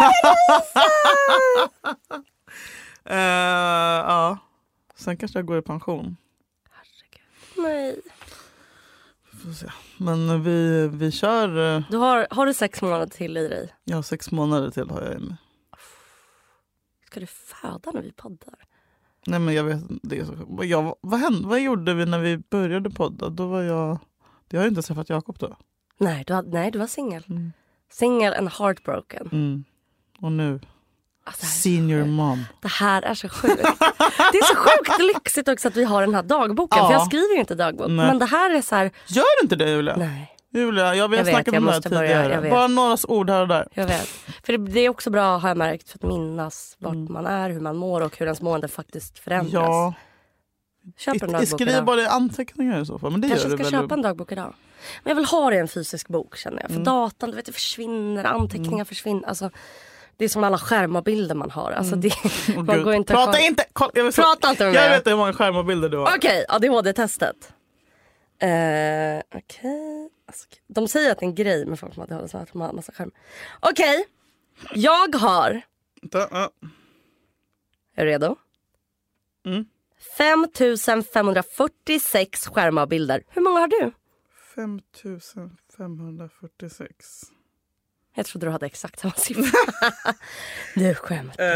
Eh, ja. Sen kanske jag går i pension.
nej.
Vi får se. Men vi, vi kör. eh,
Du har, har du sex månader till i dig?
Ja, sex månader till har jag inne.
Ska du föda när vi poddar?
Nej men jag vet det är så. Jag, vad, hände, vad gjorde vi när vi började podda? Då var jag. Jag har ju inte träffat Jakob då.
Nej, du, hade, nej, du var singel.
Mm.
Singel and heartbroken.
Mm. Och nu.
Alltså, det här är så
Senior
sjukt.
mom.
Det här är så sjukt. Det är så sjukt lyxigt också att vi har den här dagboken.
Ja.
För jag skriver ju inte dagbok.
Nej.
Men det här är så här,
Gör du inte det Julia?
nej.
Julia, jag, vi har
Jag vet,
snackat
jag
om det här
måste börja,
tidigare.
jag vet.
Bara några ord här och där.
Jag vet. För det, det är också bra har jag märkt för att minnas vart
Mm.
man är, hur man mår och hur ens mående faktiskt förändras.
Ja.
Köp en
I,
dagbok
skriv
idag.
bara anteckningar i så fall. Men det
Kanske
gör
ska
du väl?
köpa en dagbok idag. Men jag vill ha det i en fysisk bok känner jag. För
Mm.
datan, du vet, det försvinner, anteckningar försvinner. Alltså, det är som alla skärmbilder man har. Alltså, det,
Åh,
man
Gud.
går inte
Prata
att-
inte! Kolla, jag vet,
Prata inte med
jag
mig.
vet hur många skärmbilder du har.
Okej, A D H D-testet. Eh, Okej. Alltså, de säger att det är en grej med folk som A D H D så att de har en massa skärm. Okej, jag har...
Vänta, ja.
Är du redo?
Mm.
fem tusen femhundrafyrtiosex skärmbilder. Hur många har du?
fem tusen femhundrafyrtiosex.
Jag trodde du hade exakt samma siffra. Du skämt.
Eh,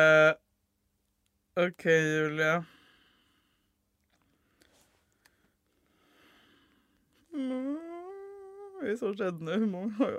Okej okay, Julia. Mm, jag är så rädd nu. Hur många har jag?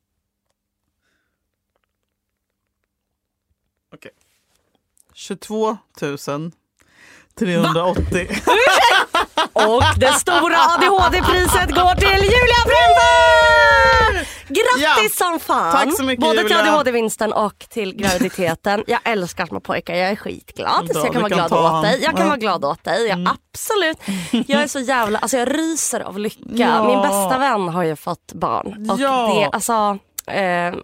Okej. Okay. tjugotvå tusen trehundraåttio.
Och det stora A D H D-priset går till Julia Brännberg! Grattis
Ja,
som fan!
tack så mycket,
både till
Julia.
A D H D-vinsten och till graviditeten. Jag älskar små pojkar, jag är skitglad.
Bra,
så jag kan
vi
vara
kan
glad
ta
åt
han.
dig. Jag kan
Ja.
vara glad åt dig, ja, absolut. Jag är så jävla, alltså jag ryser av lycka.
Ja.
Min bästa vän har ju fått barn. Och
Ja.
det, alltså... ehm,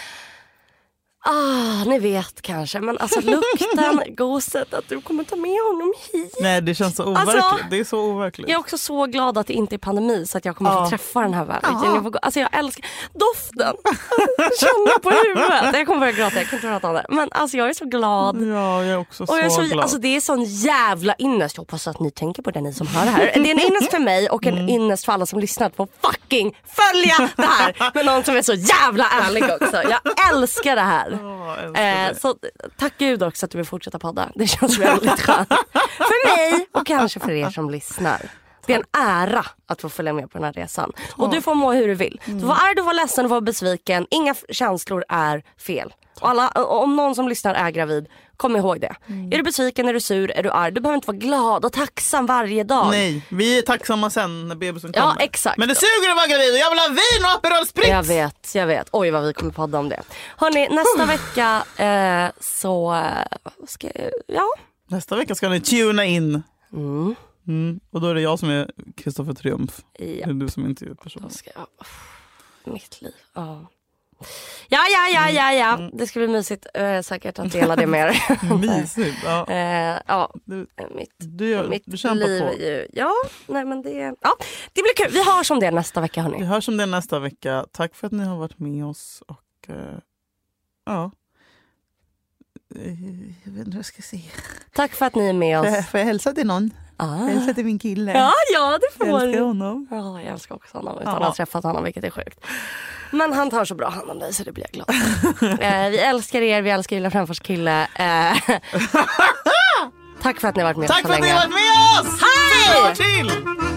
Ah, ni vet kanske, men alltså lukten, goset, att du kommer ta med honom hit.
Nej, det känns så overkligt.
Alltså,
det är så overkligt.
Jag är också så glad att det inte är pandemi så att jag kommer
Ja.
få träffa den här världen. Jag får gå- Alltså jag älskar doften. Känna på huvudet. Jag kommer börja gråta, jag kan inte prata om det. Men alltså jag är så glad.
Ja, jag är också
Och
så,
jag är så,
glad.
alltså det är sån jävla ynnest. Jag hoppas att ni tänker på det, ni som hör det här. Det är en ynnest för mig och en
Mm.
ynnest för alla som lyssnar på fucking följa det här. Men någon som är så jävla ärlig också. Jag älskar det här.
Ja, jag älskar
Eh,
det.
så tack Gud också att du vill fortsätta podda. Det känns väldigt skönt. För mig och kanske för er som lyssnar. Det är en ära att få följa med på den här resan. Och du får må hur du vill. Du får arg, du får ledsen, du får besviken. Inga f- känslor är fel. Och alla, om någon som lyssnar är gravid, kom ihåg det. Är du besviken, är du sur, är du arg. Du behöver inte vara glad och tacksam varje dag.
Nej, vi är tacksamma sen när bebisen
Ja,
kommer.
exakt.
Men det suger att vara gravid och jag vill ha vin och Aperol Spritz!
Jag vet, jag vet. Oj vad vi kommer podda om det. Hörrni, nästa vecka eh, så eh, ska jag, ja.
Nästa vecka ska ni tuna in.
Mm.
Mm. Och då är det jag som är Kristoffer Triumf.
Ja.
Det är du som är intervjuperson.
Då ska jag, mitt liv, ja. Ja, ja, ja, ja, ja. Det ska bli mysigt eh, säkert att dela det med er.
Mysigt. Ja.
eh, ja,
Du,
mitt,
du, gör,
mitt
du kämpar
liv
på.
är ju, ja, nej men det, ja, det blir kul. Vi hörs om det nästa vecka hörni.
Vi hörs om det nästa vecka. Tack för att ni har varit med oss. Och eh, ja. Eh, Jag vet inte vad jag ska säga.
Tack för att ni är med
Får
oss.
jag, får jag hälsa till någon?
Ah.
Hälsa till min kille.
Ja, ja, det
Jag
får
älskar
du.
honom.
Ja, jag älskar också honom utan
Ja.
att ha träffat honom, vilket är sjukt. Men han tar så bra hand om dig så det blir jag glad för. eh, Vi älskar er, vi älskar Julia Fränfors kille. Eh, tack för att ni har varit med
Tack
så
för att
länge.
ni har varit med oss!
Hej!
Fyra år till!